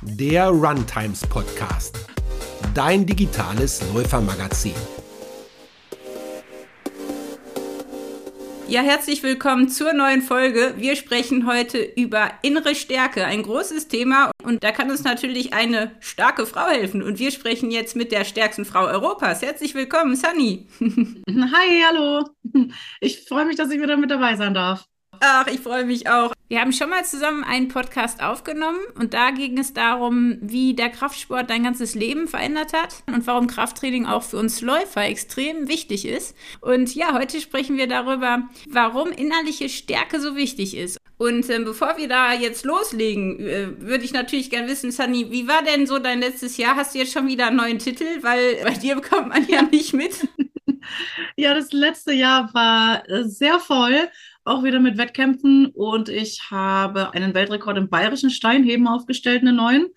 der Runtimes Podcast, dein digitales Läufermagazin. Ja, herzlich willkommen zur neuen Folge. Wir sprechen heute über innere Stärke, ein großes Thema, und da kann uns natürlich eine starke Frau helfen. Und wir sprechen jetzt mit der stärksten Frau Europas. Herzlich willkommen, Sunny. Hi, hallo. Ich freue mich, dass ich wieder mit dabei sein darf. Ach, ich freue mich auch. Wir haben schon mal zusammen einen Podcast aufgenommen und da ging es darum, wie der Kraftsport dein ganzes Leben verändert hat und warum Krafttraining auch für uns Läufer extrem wichtig ist. Und ja, heute sprechen wir darüber, warum innerliche Stärke so wichtig ist. Und bevor wir da jetzt loslegen, würde ich natürlich gerne wissen, Sunny, wie war denn so dein letztes Jahr? Hast du jetzt schon wieder einen neuen Titel? Weil bei dir bekommt man ja nicht mit. Ja, das letzte Jahr war sehr voll, auch wieder mit Wettkämpfen, und ich habe einen Weltrekord im bayerischen Steinheben aufgestellt, einen neuen,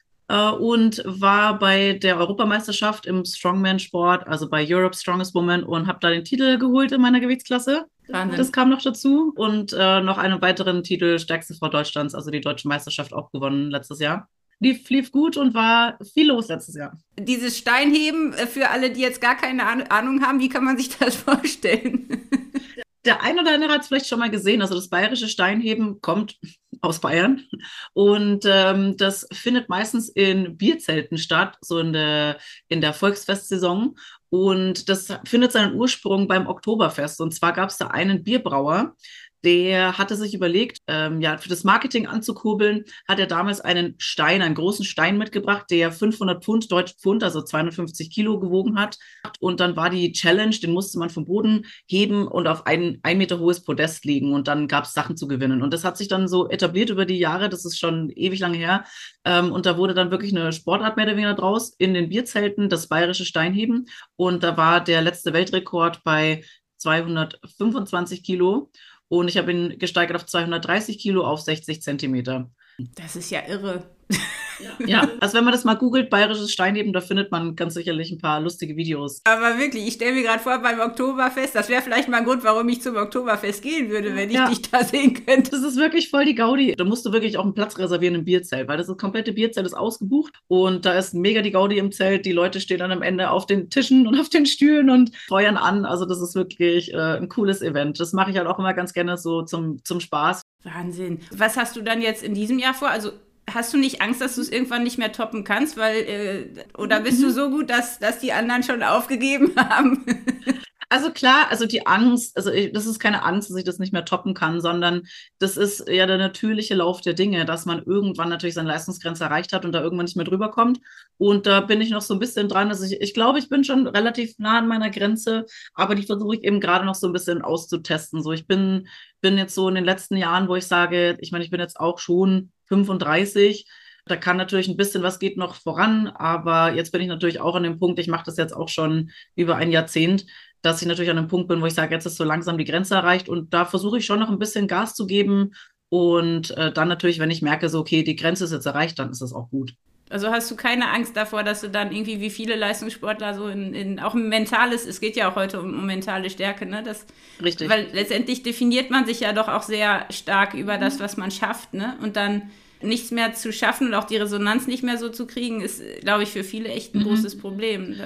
und war bei der Europameisterschaft im Strongman-Sport, also bei Europe's Strongest Woman, und habe da den Titel geholt in meiner Gewichtsklasse. Wahnsinn. Das kam noch dazu, und noch einen weiteren Titel, stärkste Frau Deutschlands, also die deutsche Meisterschaft, auch gewonnen letztes Jahr. Die lief gut und war viel los letztes Jahr. Dieses Steinheben, für alle, die jetzt gar keine Ahnung haben, wie kann man sich das vorstellen? Der ein oder andere hat es vielleicht schon mal gesehen. Also das bayerische Steinheben kommt aus Bayern, und das findet meistens in Bierzelten statt, so in der Volksfestsaison. Und das findet seinen Ursprung beim Oktoberfest. Und zwar gab es da einen Bierbrauer, der hatte sich überlegt, für das Marketing anzukurbeln, hat er damals einen großen Stein mitgebracht, der 500 Pfund, deutsche Pfund, also 250 Kilo gewogen hat. Und dann war die Challenge, den musste man vom Boden heben und auf ein Meter hohes Podest legen. Und dann gab es Sachen zu gewinnen. Und das hat sich dann so etabliert über die Jahre, das ist schon ewig lange her. Und da wurde dann wirklich eine Sportart mehr oder weniger draus in den Bierzelten, das bayerische Steinheben. Und da war der letzte Weltrekord bei 225 Kilo. Und ich habe ihn gesteigert auf 230 Kilo auf 60 Zentimeter. Das ist ja irre. Ja, also wenn man das mal googelt, bayerisches Steinheben, da findet man ganz sicherlich ein paar lustige Videos. Aber wirklich, ich stelle mir gerade vor, beim Oktoberfest, das wäre vielleicht mal ein Grund, warum ich zum Oktoberfest gehen würde, wenn ich dich da sehen könnte. Das ist wirklich voll die Gaudi. Da musst du wirklich auch einen Platz reservieren im Bierzelt, weil das komplette Bierzelt ist ausgebucht und da ist mega die Gaudi im Zelt. Die Leute stehen dann am Ende auf den Tischen und auf den Stühlen und feuern an. Also das ist wirklich ein cooles Event. Das mache ich halt auch immer ganz gerne so zum Spaß. Wahnsinn. Was hast du dann jetzt in diesem Jahr vor? Also hast du nicht Angst, dass du es irgendwann nicht mehr toppen kannst? Oder bist du so gut, dass die anderen schon aufgegeben haben? Also klar, also die Angst, das ist keine Angst, dass ich das nicht mehr toppen kann, sondern das ist ja der natürliche Lauf der Dinge, dass man irgendwann natürlich seine Leistungsgrenze erreicht hat und da irgendwann nicht mehr drüber kommt. Und da bin ich noch so ein bisschen dran. Also ich glaube, ich bin schon relativ nah an meiner Grenze, aber die versuche ich eben gerade noch so ein bisschen auszutesten. So, ich bin jetzt so in den letzten Jahren, wo ich sage, ich meine, ich bin jetzt auch schon 35. Da kann natürlich ein bisschen was geht noch voran, aber jetzt bin ich natürlich auch an dem Punkt, ich mache das jetzt auch schon über ein Jahrzehnt, dass ich natürlich an einem Punkt bin, wo ich sage, jetzt ist so langsam die Grenze erreicht, und da versuche ich schon noch ein bisschen Gas zu geben, und dann natürlich, wenn ich merke, so okay, die Grenze ist jetzt erreicht, dann ist das auch gut. Also hast du keine Angst davor, dass du dann irgendwie wie viele Leistungssportler so auch ein mentales, es geht ja auch heute um mentale Stärke, ne? Richtig. Weil letztendlich definiert man sich ja doch auch sehr stark über das, was man schafft, ne? Und dann nichts mehr zu schaffen und auch die Resonanz nicht mehr so zu kriegen, ist, glaube ich, für viele echt ein großes Problem.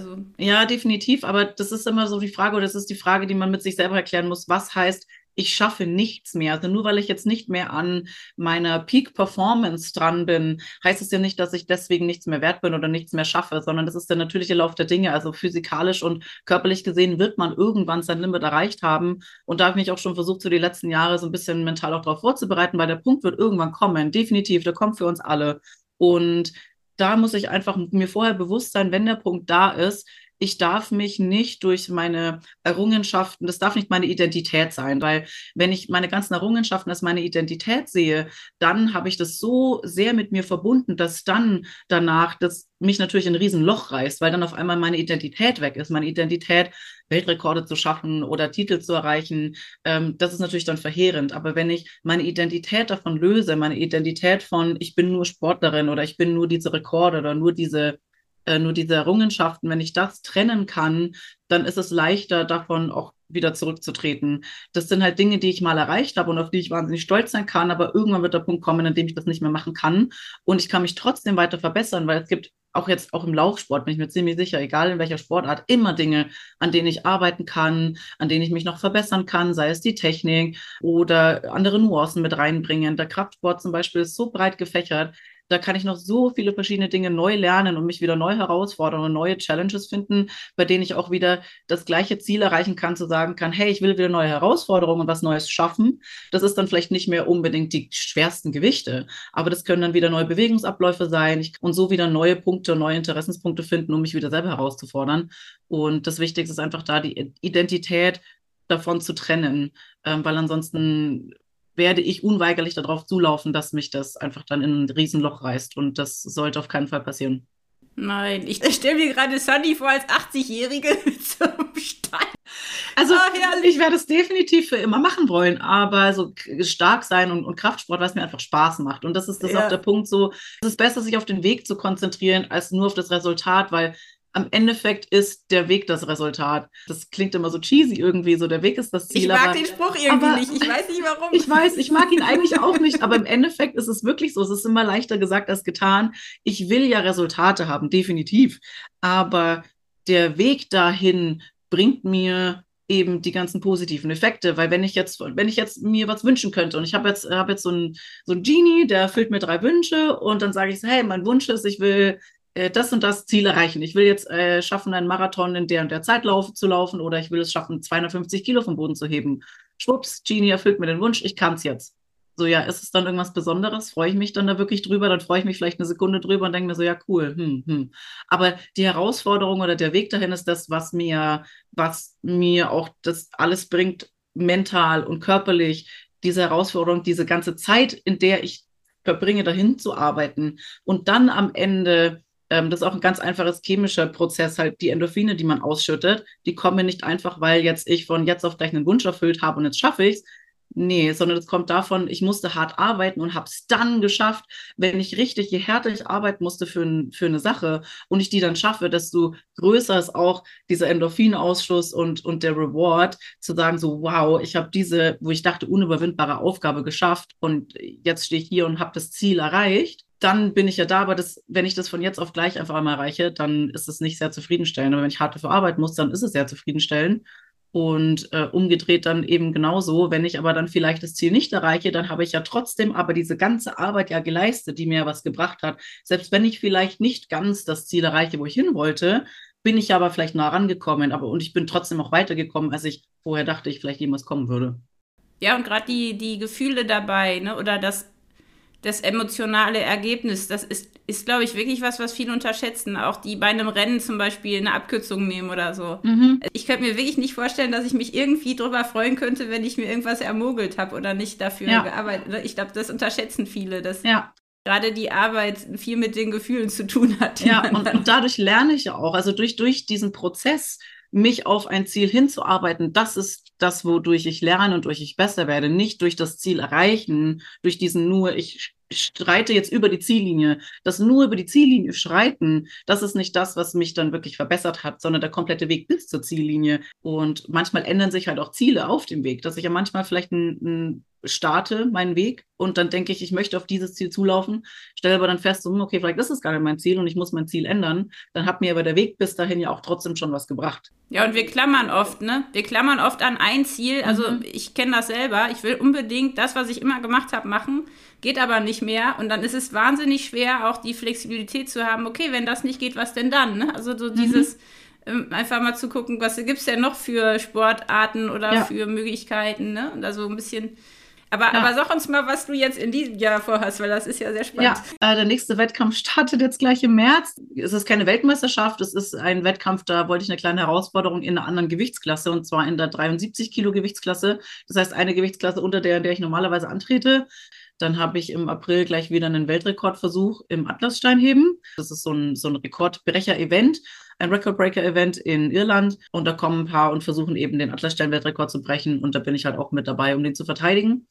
Ja, definitiv, aber das ist immer so die Frage, oder das ist die Frage, die man mit sich selber erklären muss, was heißt, ich schaffe nichts mehr. Also nur weil ich jetzt nicht mehr an meiner Peak-Performance dran bin, heißt es ja nicht, dass ich deswegen nichts mehr wert bin oder nichts mehr schaffe, sondern das ist der natürliche Lauf der Dinge. Also physikalisch und körperlich gesehen wird man irgendwann sein Limit erreicht haben. Und da habe ich mich auch schon versucht, so die letzten Jahre so ein bisschen mental auch darauf vorzubereiten, weil der Punkt wird irgendwann kommen. Definitiv, der kommt für uns alle. Und da muss ich einfach mir vorher bewusst sein, wenn der Punkt da ist, ich darf mich nicht durch meine Errungenschaften, das darf nicht meine Identität sein, weil wenn ich meine ganzen Errungenschaften als meine Identität sehe, dann habe ich das so sehr mit mir verbunden, dass dann danach das mich natürlich in ein Riesenloch reißt, weil dann auf einmal meine Identität weg ist. Meine Identität, Weltrekorde zu schaffen oder Titel zu erreichen, das ist natürlich dann verheerend. Aber wenn ich meine Identität davon löse, meine Identität von, ich bin nur Sportlerin oder ich bin nur diese Rekorde oder nur diese Errungenschaften, wenn ich das trennen kann, dann ist es leichter, davon auch wieder zurückzutreten. Das sind halt Dinge, die ich mal erreicht habe und auf die ich wahnsinnig stolz sein kann, aber irgendwann wird der Punkt kommen, an dem ich das nicht mehr machen kann und ich kann mich trotzdem weiter verbessern, weil es gibt auch im Laufsport, bin ich mir ziemlich sicher, egal in welcher Sportart, immer Dinge, an denen ich arbeiten kann, an denen ich mich noch verbessern kann, sei es die Technik oder andere Nuancen mit reinbringen. Der Kraftsport zum Beispiel ist so breit gefächert, da kann ich noch so viele verschiedene Dinge neu lernen und mich wieder neu herausfordern und neue Challenges finden, bei denen ich auch wieder das gleiche Ziel erreichen kann, zu sagen kann, hey, ich will wieder neue Herausforderungen und was Neues schaffen. Das ist dann vielleicht nicht mehr unbedingt die schwersten Gewichte, aber das können dann wieder neue Bewegungsabläufe sein und so wieder neue Punkte, neue Interessenspunkte finden, um mich wieder selber herauszufordern. Und das Wichtigste ist einfach da, die Identität davon zu trennen, weil ansonsten werde ich unweigerlich darauf zulaufen, dass mich das einfach dann in ein Riesenloch reißt. Und das sollte auf keinen Fall passieren. Nein, ich stelle mir gerade Sunny vor als 80-Jährige mit so einem Stein. Also ich werde es definitiv für immer machen wollen, aber so stark sein und Kraftsport, was mir einfach Spaß macht. Und das ist auch der Punkt so, es ist besser, sich auf den Weg zu konzentrieren, als nur auf das Resultat, weil am Endeffekt ist der Weg das Resultat. Das klingt immer so cheesy irgendwie, so der Weg ist das Ziel. Ich mag den Spruch irgendwie nicht. Ich weiß nicht, warum. Ich weiß, ich mag ihn eigentlich auch nicht, aber im Endeffekt ist es wirklich so. Es ist immer leichter gesagt als getan. Ich will ja Resultate haben, definitiv. Aber der Weg dahin bringt mir eben die ganzen positiven Effekte, weil wenn ich jetzt mir was wünschen könnte und ich habe jetzt so einen Genie, der erfüllt mir 3 Wünsche und dann sage ich so, hey, mein Wunsch ist, ich will das und das Ziel erreichen. Ich will jetzt schaffen, einen Marathon in der und der Zeit zu laufen oder ich will es schaffen, 250 Kilo vom Boden zu heben. Schwupps, Genie erfüllt mir den Wunsch, ich kann es jetzt. So, ja, ist es dann irgendwas Besonderes? Freue ich mich dann da wirklich drüber? Dann freue ich mich vielleicht eine Sekunde drüber und denke mir so, ja, cool. Aber die Herausforderung oder der Weg dahin ist das, was mir auch das alles bringt, mental und körperlich, diese Herausforderung, diese ganze Zeit, in der ich verbringe, dahin zu arbeiten und dann am Ende das ist auch ein ganz einfaches chemischer Prozess, halt die Endorphine, die man ausschüttet, die kommen nicht einfach, weil jetzt ich von jetzt auf gleich einen Wunsch erfüllt habe und jetzt schaffe ich es. Nee, sondern das kommt davon, ich musste hart arbeiten und habe es dann geschafft, wenn ich richtig, je härter ich arbeiten musste für eine Sache und ich die dann schaffe, desto größer ist auch dieser Endorphinausschuss und der Reward, zu sagen so, wow, ich habe diese, wo ich dachte, unüberwindbare Aufgabe geschafft und jetzt stehe ich hier und habe das Ziel erreicht. Dann bin ich ja da, aber wenn ich das von jetzt auf gleich einfach einmal erreiche, dann ist es nicht sehr zufriedenstellend. Aber wenn ich hart dafür arbeiten muss, dann ist es sehr zufriedenstellend. Und umgedreht dann eben genauso, wenn ich aber dann vielleicht das Ziel nicht erreiche, dann habe ich ja trotzdem aber diese ganze Arbeit ja geleistet, die mir was gebracht hat. Selbst wenn ich vielleicht nicht ganz das Ziel erreiche, wo ich hin wollte, bin ich aber vielleicht nah rangekommen. Und ich bin trotzdem auch weitergekommen, als ich vorher dachte, ich vielleicht jemals kommen würde. Ja, und gerade die Gefühle dabei, ne, oder das emotionale Ergebnis, das ist, glaube ich, wirklich was viele unterschätzen. Auch die bei einem Rennen zum Beispiel eine Abkürzung nehmen oder so. Ich könnte mir wirklich nicht vorstellen, dass ich mich irgendwie drüber freuen könnte, wenn ich mir irgendwas ermogelt habe oder nicht dafür gearbeitet habe. Ich glaube, das unterschätzen viele, dass gerade die Arbeit viel mit den Gefühlen zu tun hat. Ja, und dadurch lerne ich ja auch, also durch diesen Prozess, mich auf ein Ziel hinzuarbeiten, das ist das, wodurch ich lerne und durch ich besser werde, nicht durch das Ziel erreichen, durch diesen nur, ich schreite jetzt über die Ziellinie. Das nur über die Ziellinie schreiten, das ist nicht das, was mich dann wirklich verbessert hat, sondern der komplette Weg bis zur Ziellinie. Und manchmal ändern sich halt auch Ziele auf dem Weg, dass ich ja manchmal vielleicht starte meinen Weg und dann denke ich möchte auf dieses Ziel zulaufen, stelle aber dann fest, so, okay, vielleicht ist es gar nicht mein Ziel und ich muss mein Ziel ändern. Dann hat mir aber der Weg bis dahin ja auch trotzdem schon was gebracht. Ja, und wir klammern oft, ne? Wir klammern oft an ein Ziel. Also ich kenne das selber. Ich will unbedingt das, was ich immer gemacht habe, machen. Geht aber nicht mehr. Und dann ist es wahnsinnig schwer, auch die Flexibilität zu haben. Okay, wenn das nicht geht, was denn dann? Ne? Also so dieses einfach mal zu gucken, was gibt es denn noch für Sportarten oder für Möglichkeiten, ne? Und also ein bisschen. Aber sag uns mal, was du jetzt in diesem Jahr vorhast, weil das ist ja sehr spannend. Ja, der nächste Wettkampf startet jetzt gleich im März. Es ist keine Weltmeisterschaft, es ist ein Wettkampf, da wollte ich eine kleine Herausforderung in einer anderen Gewichtsklasse, und zwar in der 73 Kilo Gewichtsklasse. Das heißt, eine Gewichtsklasse unter der, in der ich normalerweise antrete. Dann habe ich im April gleich wieder einen Weltrekordversuch im Atlassteinheben. Das ist so ein Rekordbrecher-Event, ein Record-Breaker-Event in Irland. Und da kommen ein paar und versuchen eben den Atlasstein-Weltrekord zu brechen. Und da bin ich halt auch mit dabei, um den zu verteidigen.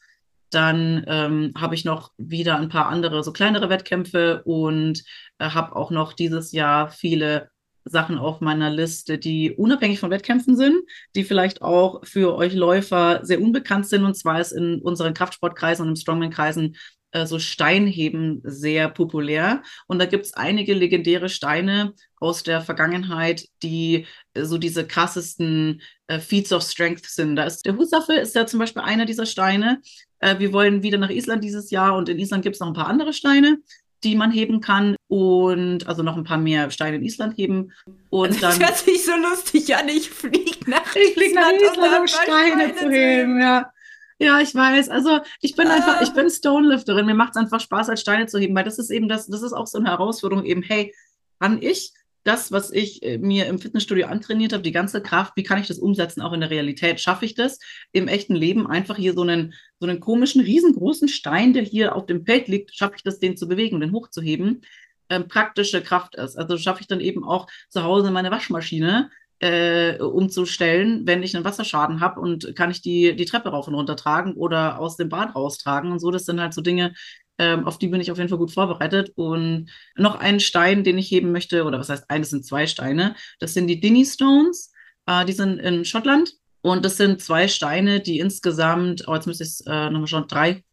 Dann habe ich noch wieder ein paar andere, so kleinere Wettkämpfe und habe auch noch dieses Jahr viele Sachen auf meiner Liste, die unabhängig von Wettkämpfen sind, die vielleicht auch für euch Läufer sehr unbekannt sind. Und zwar ist in unseren Kraftsportkreisen und im Strongman-Kreisen so Steinheben sehr populär. Und da gibt es einige legendäre Steine aus der Vergangenheit, die so diese krassesten Feats of Strength sind. Da ist der Husafel ist ja zum Beispiel einer dieser Steine. Wir wollen wieder nach Island dieses Jahr und in Island gibt es noch ein paar andere Steine, die man heben kann und also noch ein paar mehr Steine in Island heben. Und das dann, hört sich so lustig an. Ich fliege nach Island, um Steine zu heben, ja. Ja, ich weiß. Also ich bin Stonelifterin. Mir macht es einfach Spaß, als Steine zu heben, weil das ist eben das ist auch so eine Herausforderung eben, hey, kann ich das, was ich mir im Fitnessstudio antrainiert habe, die ganze Kraft, wie kann ich das umsetzen, auch in der Realität? Schaffe ich das im echten Leben, einfach hier so einen komischen, riesengroßen Stein, der hier auf dem Feld liegt, schaffe ich das, den zu bewegen, den hochzuheben? Praktische Kraft ist. Also schaffe ich dann eben auch zu Hause meine Waschmaschine umzustellen, wenn ich einen Wasserschaden habe und kann ich die Treppe rauf und runter tragen oder aus dem Bad raustragen und so. Das sind halt so Dinge, auf die bin ich auf jeden Fall gut vorbereitet. Und noch einen Stein, den ich heben möchte, oder was heißt, eines sind zwei Steine, das sind die Dinnie Stones, die sind in Schottland. Und das sind zwei Steine, die insgesamt, jetzt müsste ich es nochmal schauen,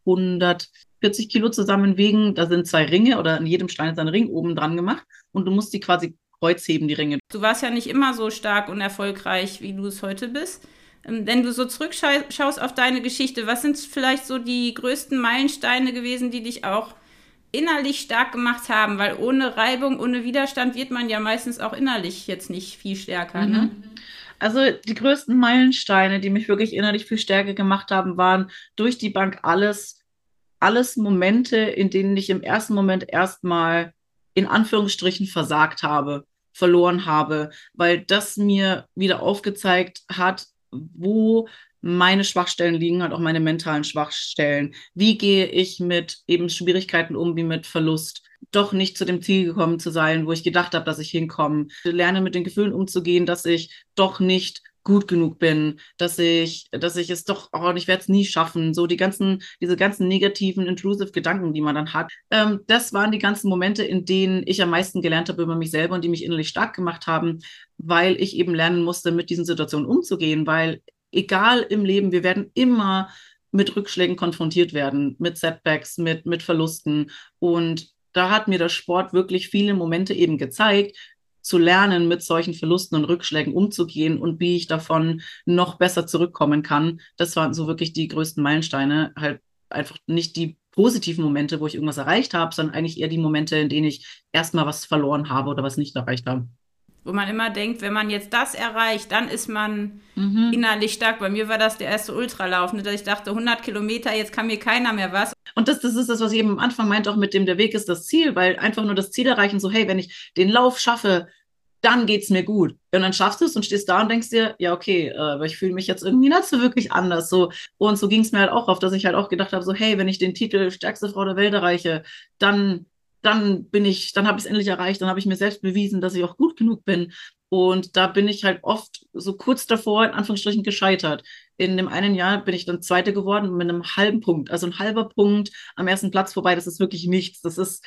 340 Kilo zusammen wiegen. Da sind zwei Ringe oder in jedem Stein ist ein Ring oben dran gemacht und du musst die quasi kreuzheben, die Ringe. Du warst ja nicht immer so stark und erfolgreich, wie du es heute bist. Wenn du so zurückschaust auf deine Geschichte, was sind vielleicht so die größten Meilensteine gewesen, die dich auch innerlich stark gemacht haben? Weil ohne Reibung, ohne Widerstand wird man ja meistens auch innerlich jetzt nicht viel stärker, ne? Also die größten Meilensteine, die mich wirklich innerlich viel stärker gemacht haben, waren durch die Bank alles Momente, in denen ich im ersten Moment erstmal in Anführungsstrichen versagt habe, verloren habe, weil das mir wieder aufgezeigt hat, wo meine Schwachstellen liegen, halt auch meine mentalen Schwachstellen. Wie gehe ich mit eben Schwierigkeiten um, wie mit Verlust? Doch nicht zu dem Ziel gekommen zu sein, wo ich gedacht habe, dass ich hinkomme. Ich lerne mit den Gefühlen umzugehen, dass ich doch nicht gut genug bin, dass ich es doch, ich werde es nie schaffen. So diese ganzen negativen, intrusive Gedanken, die man dann hat. Das waren die ganzen Momente, in denen ich am meisten gelernt habe über mich selber und die mich innerlich stark gemacht haben, weil ich eben lernen musste, mit diesen Situationen umzugehen, weil egal im Leben, wir werden immer mit Rückschlägen konfrontiert werden, mit Setbacks, mit Verlusten. Und da hat mir der Sport wirklich viele Momente eben gezeigt, zu lernen, mit solchen Verlusten und Rückschlägen umzugehen und wie ich davon noch besser zurückkommen kann. Das waren so wirklich die größten Meilensteine. Halt einfach nicht die positiven Momente, wo ich irgendwas erreicht habe, sondern eigentlich eher die Momente, in denen ich erstmal was verloren habe oder was nicht erreicht habe. Wo man immer denkt, wenn man jetzt das erreicht, dann ist man innerlich stark. Bei mir war das der erste Ultralauf, dass ich dachte, 100 Kilometer, jetzt kann mir keiner mehr was. Und das ist das, was ich eben am Anfang meinte, auch mit dem, der Weg ist das Ziel, weil einfach nur das Ziel erreichen, so hey, wenn ich den Lauf schaffe, dann geht's mir gut. Und dann schaffst du es und stehst da und denkst dir, ja, okay, aber ich fühle mich jetzt irgendwie nicht so wirklich anders. So. Und so ging es mir halt auch auf, dass ich halt auch gedacht habe, so hey, wenn ich den Titel stärkste Frau der Welt erreiche, dann habe ich es endlich erreicht, dann habe ich mir selbst bewiesen, dass ich auch gut genug bin. Und da bin ich halt oft so kurz davor, in Anführungsstrichen, gescheitert. In dem einen Jahr bin ich dann Zweite geworden mit einem halben Punkt. Also ein halber Punkt am ersten Platz vorbei, das ist wirklich nichts. Das ist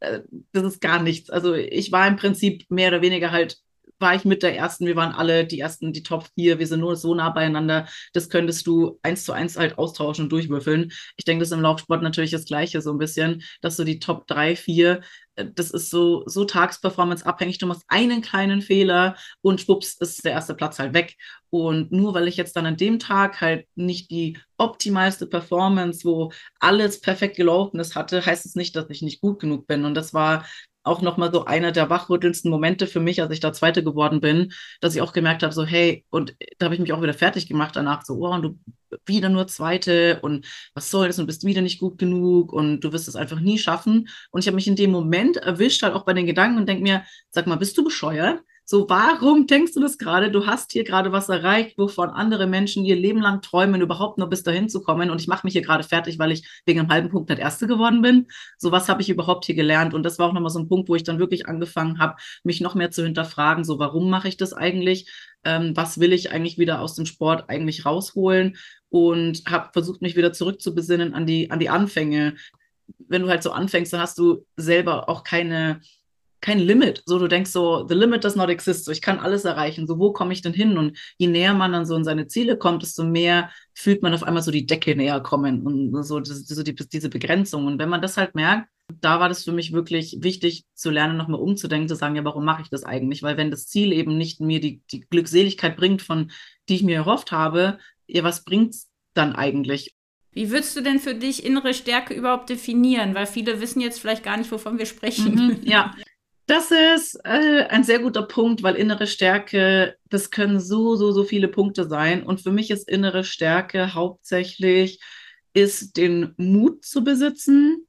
gar nichts. Also ich war im Prinzip mehr oder weniger war ich mit der Ersten, wir waren alle die Ersten, die Top 4, wir sind nur so nah beieinander, das könntest du 1:1 halt austauschen und durchwürfeln. Ich denke, das ist im Laufsport natürlich das Gleiche so ein bisschen, dass du die Top 3, 4, das ist so Tagsperformance abhängig, du machst einen kleinen Fehler und schwupps, ist der erste Platz halt weg. Und nur weil ich jetzt dann an dem Tag halt nicht die optimalste Performance, wo alles perfekt gelaufen ist, hatte, heißt es nicht, dass ich nicht gut genug bin. Und das war auch nochmal so einer der wachrüttelndsten Momente für mich, als ich da Zweite geworden bin, dass ich auch gemerkt habe, so hey, und da habe ich mich auch wieder fertig gemacht danach, so, oh, und du wieder nur Zweite und was soll das und bist wieder nicht gut genug und du wirst es einfach nie schaffen. Und ich habe mich in dem Moment erwischt, halt auch bei den Gedanken und denke mir, sag mal, bist du bescheuert? So, warum denkst du das gerade? Du hast hier gerade was erreicht, wovon andere Menschen ihr Leben lang träumen, überhaupt nur bis dahin zu kommen. Und ich mache mich hier gerade fertig, weil ich wegen einem halben Punkt nicht Erste geworden bin. So, was habe ich überhaupt hier gelernt? Und das war auch nochmal so ein Punkt, wo ich dann wirklich angefangen habe, mich noch mehr zu hinterfragen. So, warum mache ich das eigentlich? Was will ich eigentlich wieder aus dem Sport eigentlich rausholen? Und habe versucht, mich wieder zurückzubesinnen an die Anfänge. Wenn du halt so anfängst, dann hast du selber auch keine kein Limit. So, du denkst so, the limit does not exist. So, ich kann alles erreichen. So, wo komme ich denn hin? Und je näher man dann so in seine Ziele kommt, desto mehr fühlt man auf einmal so die Decke näher kommen und so diese Begrenzung. Und wenn man das halt merkt, da war das für mich wirklich wichtig zu lernen, nochmal umzudenken, zu sagen, ja, warum mache ich das eigentlich? Weil wenn das Ziel eben nicht mir die Glückseligkeit bringt, die ich mir erhofft habe, ja, was bringt's dann eigentlich? Wie würdest du denn für dich innere Stärke überhaupt definieren? Weil viele wissen jetzt vielleicht gar nicht, wovon wir sprechen. Ja, das ist ein sehr guter Punkt, weil innere Stärke, das können so viele Punkte sein. Und für mich ist innere Stärke hauptsächlich, ist den Mut zu besitzen,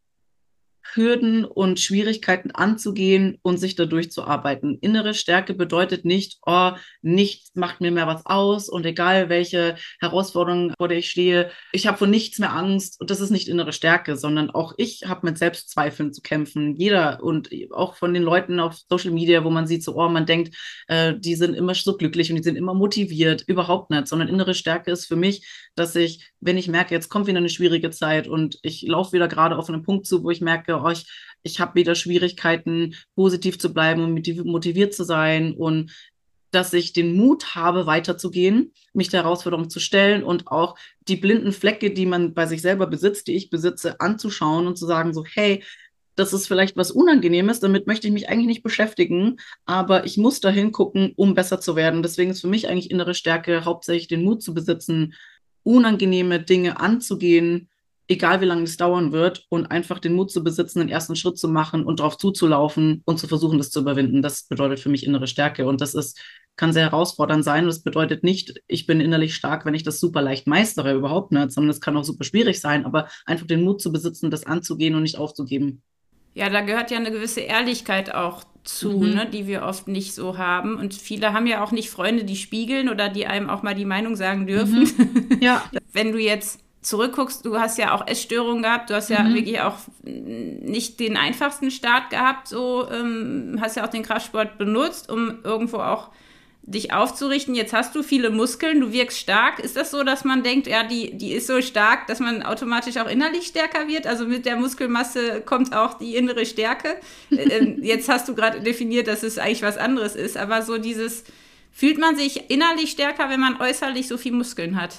Hürden und Schwierigkeiten anzugehen und sich dadurch zu arbeiten. Innere Stärke bedeutet nicht, oh, nichts macht mir mehr was aus und egal welche Herausforderungen, vor der ich stehe, ich habe vor nichts mehr Angst und das ist nicht innere Stärke, sondern auch ich habe mit Selbstzweifeln zu kämpfen. Jeder und auch von den Leuten auf Social Media, wo man sieht, so, oh, man denkt, die sind immer so glücklich und die sind immer motiviert, überhaupt nicht, sondern innere Stärke ist für mich, dass ich, wenn ich merke, jetzt kommt wieder eine schwierige Zeit und ich laufe wieder gerade auf einen Punkt zu, wo ich merke, oh, ich habe wieder Schwierigkeiten, positiv zu bleiben und motiviert zu sein und dass ich den Mut habe, weiterzugehen, mich der Herausforderung zu stellen und auch die blinden Flecke, die man bei sich selber besitzt, die ich besitze, anzuschauen und zu sagen so, hey, das ist vielleicht was Unangenehmes, damit möchte ich mich eigentlich nicht beschäftigen, aber ich muss da hingucken, um besser zu werden. Deswegen ist für mich eigentlich innere Stärke hauptsächlich den Mut zu besitzen, unangenehme Dinge anzugehen, egal wie lange es dauern wird, und einfach den Mut zu besitzen, den ersten Schritt zu machen und darauf zuzulaufen und zu versuchen, das zu überwinden. Das bedeutet für mich innere Stärke und kann sehr herausfordernd sein. Und das bedeutet nicht, ich bin innerlich stark, wenn ich das super leicht meistere, überhaupt nicht, sondern es kann auch super schwierig sein, aber einfach den Mut zu besitzen, das anzugehen und nicht aufzugeben. Ja, da gehört ja eine gewisse Ehrlichkeit auch zu, ne, die wir oft nicht so haben. Und viele haben ja auch nicht Freunde, die spiegeln oder die einem auch mal die Meinung sagen dürfen. Ja. Wenn du jetzt zurückguckst, du hast ja auch Essstörungen gehabt, du hast ja wirklich auch nicht den einfachsten Start gehabt, so hast ja auch den Kraftsport benutzt, um irgendwo auch dich aufzurichten. Jetzt hast du viele Muskeln, du wirkst stark. Ist das so, dass man denkt, ja, die ist so stark, dass man automatisch auch innerlich stärker wird? Also mit der Muskelmasse kommt auch die innere Stärke. Jetzt hast du gerade definiert, dass es eigentlich was anderes ist, aber so fühlt man sich innerlich stärker, wenn man äußerlich so viel Muskeln hat?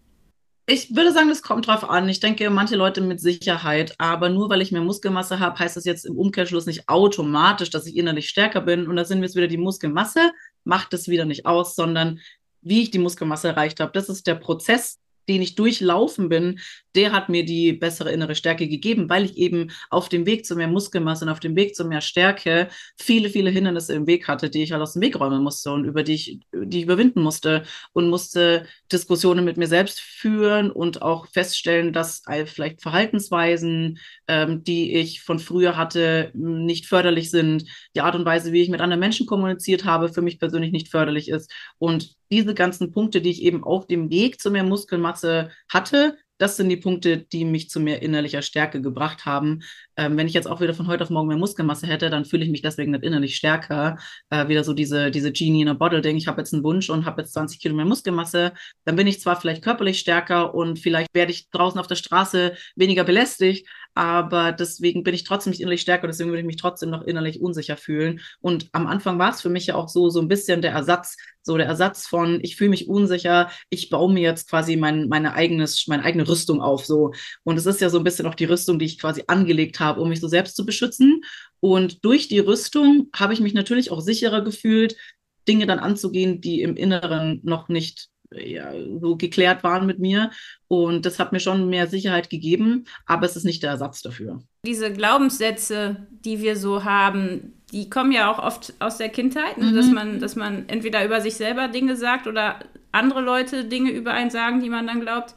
Ich würde sagen, das kommt drauf an. Ich denke, manche Leute mit Sicherheit, aber nur weil ich mehr Muskelmasse habe, heißt das jetzt im Umkehrschluss nicht automatisch, dass ich innerlich stärker bin. Und da sind wir jetzt wieder, die Muskelmasse macht es wieder nicht aus, sondern wie ich die Muskelmasse erreicht habe. Das ist der Prozess, den ich durchlaufen bin, der hat mir die bessere innere Stärke gegeben, weil ich eben auf dem Weg zu mehr Muskelmasse und auf dem Weg zu mehr Stärke viele Hindernisse im Weg hatte, die ich halt aus dem Weg räumen musste und die ich überwinden musste und musste Diskussionen mit mir selbst führen und auch feststellen, dass vielleicht Verhaltensweisen, die ich von früher hatte, nicht förderlich sind, die Art und Weise, wie ich mit anderen Menschen kommuniziert habe, für mich persönlich nicht förderlich ist. Und diese ganzen Punkte, die ich eben auf dem Weg zu mehr Muskelmasse hatte, das sind die Punkte, die mich zu mehr innerlicher Stärke gebracht haben. Wenn ich jetzt auch wieder von heute auf morgen mehr Muskelmasse hätte, dann fühle ich mich deswegen nicht innerlich stärker. Wieder so diese Genie in a Bottle-Ding. Ich habe jetzt einen Wunsch und habe jetzt 20 Kilo mehr Muskelmasse. Dann bin ich zwar vielleicht körperlich stärker und vielleicht werde ich draußen auf der Straße weniger belästigt, aber deswegen bin ich trotzdem nicht innerlich stärker, deswegen würde ich mich trotzdem noch innerlich unsicher fühlen. Und am Anfang war es für mich ja auch so ein bisschen der Ersatz von, ich fühle mich unsicher, ich baue mir jetzt quasi meine eigene Rüstung auf. So. Und es ist ja so ein bisschen auch die Rüstung, die ich quasi angelegt habe, um mich so selbst zu beschützen. Und durch die Rüstung habe ich mich natürlich auch sicherer gefühlt, Dinge dann anzugehen, die im Inneren noch nicht so geklärt waren mit mir. Und das hat mir schon mehr Sicherheit gegeben, aber es ist nicht der Ersatz dafür. Diese Glaubenssätze, die wir so haben, die kommen ja auch oft aus der Kindheit, ne? Dass man entweder über sich selber Dinge sagt oder andere Leute Dinge über einen sagen, die man dann glaubt.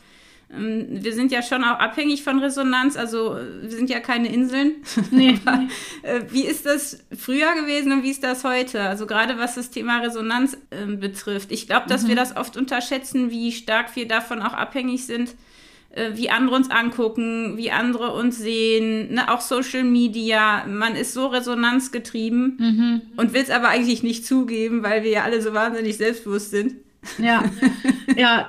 Wir sind ja schon auch abhängig von Resonanz, also wir sind ja keine Inseln. Nee. Aber, wie ist das früher gewesen und wie ist das heute? Also gerade was das Thema Resonanz betrifft. Ich glaube, dass wir das oft unterschätzen, wie stark wir davon auch abhängig sind, wie andere uns angucken, wie andere uns sehen, ne? Auch Social Media. Man ist so resonanzgetrieben und will es aber eigentlich nicht zugeben, weil wir ja alle so wahnsinnig selbstbewusst sind. Ja, ja,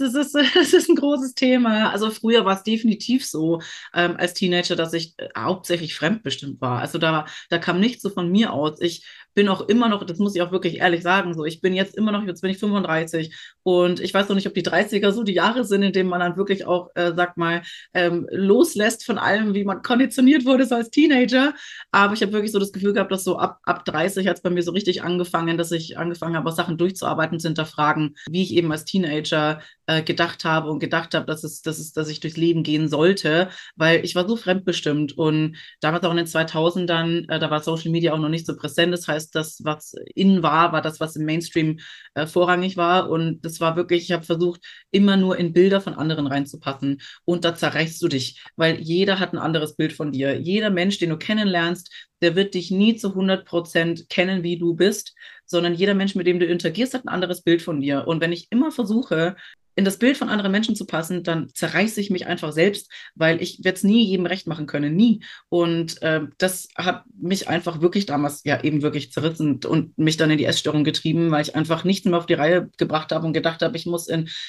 das ist ein großes Thema. Also früher war es definitiv so, als Teenager, dass ich hauptsächlich fremdbestimmt war. Also da kam nichts so von mir aus. Ich bin auch immer noch, das muss ich auch wirklich ehrlich sagen, so, ich bin jetzt immer noch, jetzt bin ich 35 und ich weiß noch nicht, ob die 30er so die Jahre sind, in denen man dann wirklich auch, sag mal, loslässt von allem, wie man konditioniert wurde so als Teenager. Aber ich habe wirklich so das Gefühl gehabt, dass so ab 30 hat es bei mir so richtig angefangen, dass ich angefangen habe, Sachen durchzuarbeiten, zu hinterfragen, wie ich eben als Teenager gedacht habe und gedacht habe, dass ich durchs Leben gehen sollte, weil ich war so fremdbestimmt und damals auch in den 2000ern, da war Social Media auch noch nicht so präsent. Das heißt, das, was in war das, was im Mainstream vorrangig war. Und das war wirklich, ich habe versucht, immer nur in Bilder von anderen reinzupassen. Und da zerreißt du dich, weil jeder hat ein anderes Bild von dir. Jeder Mensch, den du kennenlernst, der wird dich nie zu 100% kennen, wie du bist, sondern jeder Mensch, mit dem du interagierst, hat ein anderes Bild von dir. Und wenn ich immer versuche, in das Bild von anderen Menschen zu passen, dann zerreiße ich mich einfach selbst, weil ich werde es nie jedem recht machen können, nie. Und das hat mich einfach wirklich damals ja eben wirklich zerrissen und mich dann in die Essstörung getrieben, weil ich einfach nichts mehr auf die Reihe gebracht habe und gedacht habe, ich muss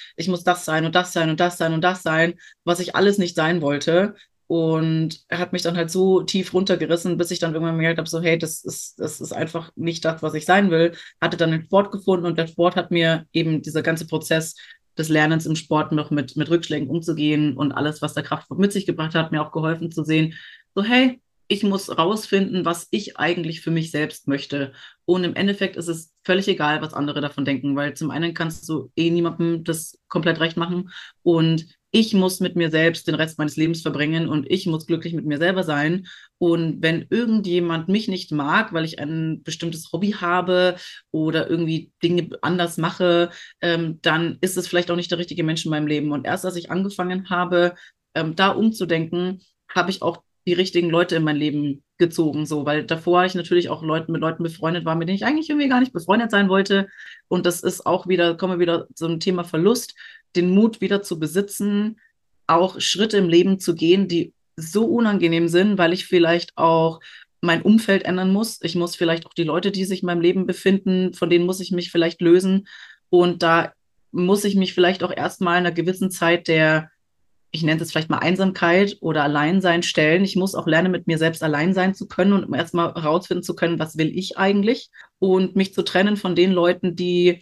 das sein und das sein und das sein und das sein, was ich alles nicht sein wollte. Und er hat mich dann halt so tief runtergerissen, bis ich dann irgendwann gemerkt habe, so, hey, das ist einfach nicht das, was ich sein will. Hatte dann den Sport gefunden und der Sport hat mir eben dieser ganze Prozess des Lernens im Sport noch mit Rückschlägen umzugehen und alles, was der Kraftsport mit sich gebracht hat, mir auch geholfen zu sehen, so, hey, ich muss rausfinden, was ich eigentlich für mich selbst möchte. Und im Endeffekt ist es völlig egal, was andere davon denken, weil zum einen kannst du niemandem das komplett recht machen und ich muss mit mir selbst den Rest meines Lebens verbringen und ich muss glücklich mit mir selber sein. Und wenn irgendjemand mich nicht mag, weil ich ein bestimmtes Hobby habe oder irgendwie Dinge anders mache, dann ist es vielleicht auch nicht der richtige Mensch in meinem Leben. Und erst als ich angefangen habe, da umzudenken, habe ich auch die richtigen Leute in mein Leben gezogen, so, weil davor ich natürlich auch mit Leuten befreundet war, mit denen ich eigentlich irgendwie gar nicht befreundet sein wollte. Und das ist auch wieder, kommen wir wieder zu einem Thema Verlust, den Mut wieder zu besitzen, auch Schritte im Leben zu gehen, die so unangenehm sind, weil ich vielleicht auch mein Umfeld ändern muss. Ich muss vielleicht auch die Leute, die sich in meinem Leben befinden, von denen muss ich mich vielleicht lösen. Und da muss ich mich vielleicht auch erstmal in einer gewissen Zeit ich nenne es vielleicht mal Einsamkeit oder Alleinsein stellen. Ich muss auch lernen, mit mir selbst allein sein zu können und erstmal herausfinden zu können, was will ich eigentlich und mich zu trennen von den Leuten,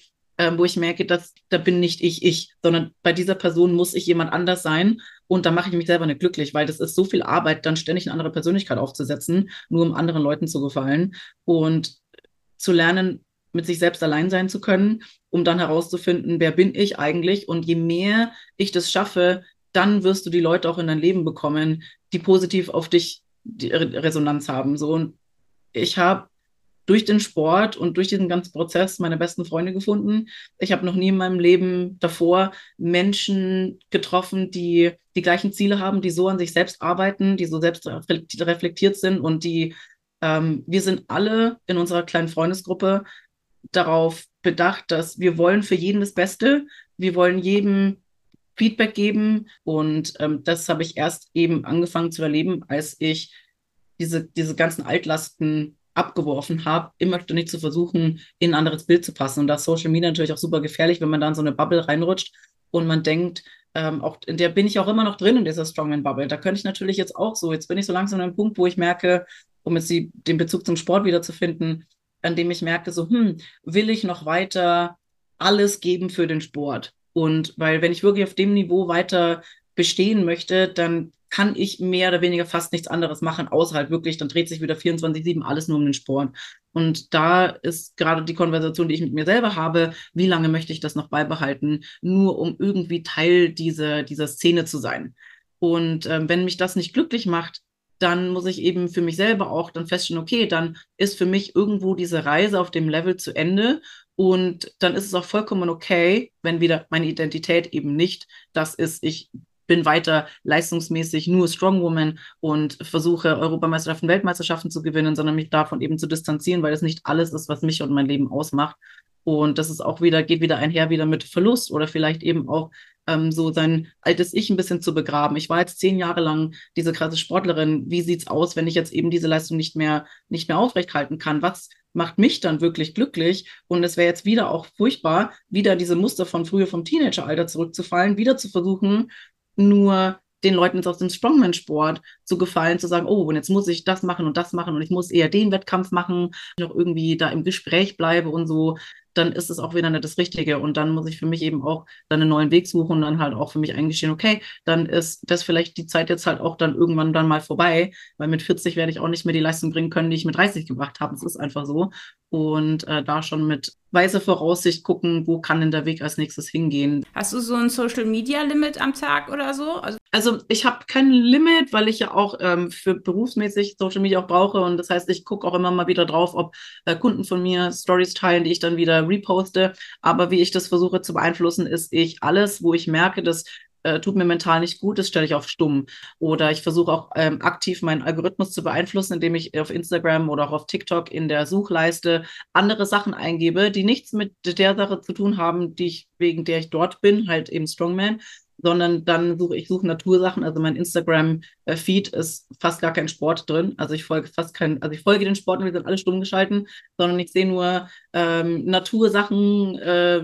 wo ich merke, dass da bin nicht ich, sondern bei dieser Person muss ich jemand anders sein und da mache ich mich selber nicht glücklich, weil das ist so viel Arbeit, dann ständig eine andere Persönlichkeit aufzusetzen, nur um anderen Leuten zu gefallen und zu lernen, mit sich selbst allein sein zu können, um dann herauszufinden, wer bin ich eigentlich und je mehr ich das schaffe, dann wirst du die Leute auch in dein Leben bekommen, die positiv auf dich die Resonanz haben. So, und ich habe durch den Sport und durch diesen ganzen Prozess meine besten Freunde gefunden. Ich habe noch nie in meinem Leben davor Menschen getroffen, die die gleichen Ziele haben, die so an sich selbst arbeiten, die so selbst reflektiert sind und wir sind alle in unserer kleinen Freundesgruppe darauf bedacht, dass wir wollen für jeden das Beste. Wir wollen jedem Feedback geben. Und das habe ich erst eben angefangen zu erleben, als ich diese ganzen Altlasten abgeworfen habe, immer ständig zu versuchen, in ein anderes Bild zu passen. Und da ist Social Media natürlich auch super gefährlich, wenn man da in so eine Bubble reinrutscht und man denkt, auch in der bin ich auch immer noch drin in dieser Strongman-Bubble. Da könnte ich natürlich jetzt auch so, jetzt bin ich so langsam an einem Punkt, wo ich merke, um jetzt den Bezug zum Sport wiederzufinden, an dem ich merke, so, will ich noch weiter alles geben für den Sport? Und weil, wenn ich wirklich auf dem Niveau weiter bestehen möchte, dann kann ich mehr oder weniger fast nichts anderes machen, außer halt wirklich, dann dreht sich wieder 24/7 alles nur um den Sport. Und da ist gerade die Konversation, die ich mit mir selber habe, wie lange möchte ich das noch beibehalten, nur um irgendwie Teil dieser Szene zu sein. Und wenn mich das nicht glücklich macht, dann muss ich eben für mich selber auch dann feststellen, okay, dann ist für mich irgendwo diese Reise auf dem Level zu Ende und dann ist es auch vollkommen okay, wenn wieder meine Identität eben nicht das ist, ich bin weiter leistungsmäßig nur Strongwoman und versuche Europameisterschaften, Weltmeisterschaften zu gewinnen, sondern mich davon eben zu distanzieren, weil es nicht alles ist, was mich und mein Leben ausmacht. Und das ist auch geht wieder einher wieder mit Verlust oder vielleicht eben auch so sein altes Ich ein bisschen zu begraben. Ich war jetzt 10 Jahre lang diese krasse Sportlerin. Wie sieht's aus, wenn ich jetzt eben diese Leistung nicht mehr aufrechthalten kann? macht mich dann wirklich glücklich. Und es wäre jetzt wieder auch furchtbar, wieder diese Muster von früher vom Teenageralter zurückzufallen, wieder zu versuchen, nur den Leuten aus dem Strongman-Sport zu gefallen, zu sagen, oh, und jetzt muss ich das machen und ich muss eher den Wettkampf machen, noch irgendwie da im Gespräch bleibe und so, dann ist es auch wieder nicht das Richtige. Und dann muss ich für mich eben auch dann einen neuen Weg suchen und dann halt auch für mich eingestehen, okay, dann ist das vielleicht die Zeit jetzt halt auch dann irgendwann dann mal vorbei, weil mit 40 werde ich auch nicht mehr die Leistung bringen können, die ich mit 30 gebracht habe. Es ist einfach so. Und da schon mit weiser Voraussicht gucken, wo kann denn der Weg als nächstes hingehen. Hast du so ein Social-Media-Limit am Tag oder so? Also ich habe kein Limit, weil ich ja auch für berufsmäßig Social Media auch brauche. Und das heißt, ich gucke auch immer mal wieder drauf, ob Kunden von mir Stories teilen, die ich dann wieder reposte. Aber wie ich das versuche zu beeinflussen, ist ich alles, wo ich merke, dass tut mir mental nicht gut, das stelle ich auf stumm. Oder ich versuche auch aktiv meinen Algorithmus zu beeinflussen, indem ich auf Instagram oder auch auf TikTok in der Suchleiste andere Sachen eingebe, die nichts mit der Sache zu tun haben, wegen der ich dort bin, halt eben Strongman, sondern dann suche Natursachen. Also mein Instagram-Feed ist fast gar kein Sport drin. Also ich folge ich folge den Sportlern, die sind alle stumm geschalten, sondern ich sehe nur Natursachen,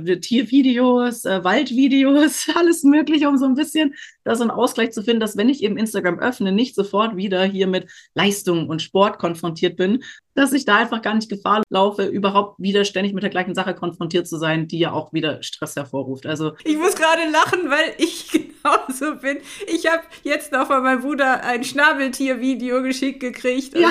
Tiervideos, Waldvideos, alles Mögliche, um so ein bisschen da so einen Ausgleich zu finden, dass wenn ich eben Instagram öffne, nicht sofort wieder hier mit Leistung und Sport konfrontiert bin, dass ich da einfach gar nicht Gefahr laufe, überhaupt wieder ständig mit der gleichen Sache konfrontiert zu sein, die ja auch wieder Stress hervorruft. Also ich muss gerade lachen, weil ich genauso bin. Ich habe jetzt noch von meinem Bruder ein Schnabeltier-Video geschickt gekriegt und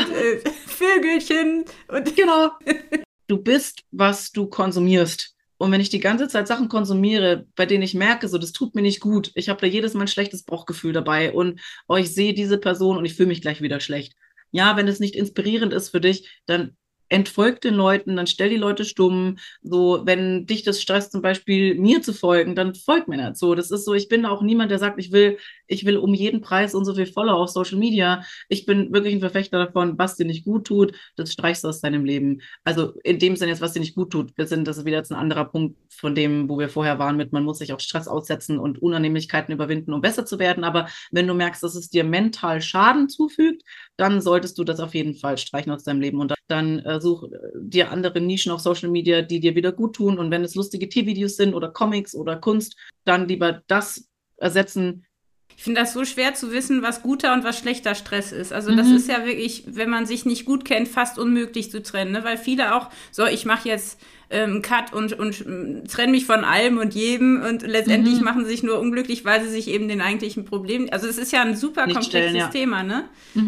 Vögelchen und genau. Du bist, was du konsumierst. Und wenn ich die ganze Zeit Sachen konsumiere, bei denen ich merke, so, das tut mir nicht gut, ich habe da jedes Mal ein schlechtes Bauchgefühl dabei und ich sehe diese Person und ich fühle mich gleich wieder schlecht. Ja, wenn es nicht inspirierend ist für dich, dann entfolg den Leuten, dann stell die Leute stumm. So, wenn dich das stresst, zum Beispiel mir zu folgen, dann folgt mir nicht so. Das ist so, ich bin auch niemand, der sagt, ich will um jeden Preis und so viel Follower auf Social Media. Ich bin wirklich ein Verfechter davon, was dir nicht gut tut, das streichst du aus deinem Leben. Also in dem Sinne jetzt, was dir nicht gut tut. Das ist wieder jetzt ein anderer Punkt von dem, wo wir vorher waren mit, man muss sich auch Stress aussetzen und Unannehmlichkeiten überwinden, um besser zu werden. Aber wenn du merkst, dass es dir mental Schaden zufügt, dann solltest du das auf jeden Fall streichen aus deinem Leben und dann such dir andere Nischen auf Social Media, die dir wieder gut tun. Und wenn es lustige Tiervideos sind oder Comics oder Kunst, dann lieber das ersetzen. Ich finde das so schwer zu wissen, was guter und was schlechter Stress ist. Also das ist ja wirklich, wenn man sich nicht gut kennt, fast unmöglich zu trennen. Ne? Weil viele auch, so ich mache jetzt Cut und trenne mich von allem und jedem und letztendlich machen sie sich nur unglücklich, weil sie sich eben den eigentlichen Problem, also es ist ja ein super nicht komplexes stellen, ja. Thema, ne?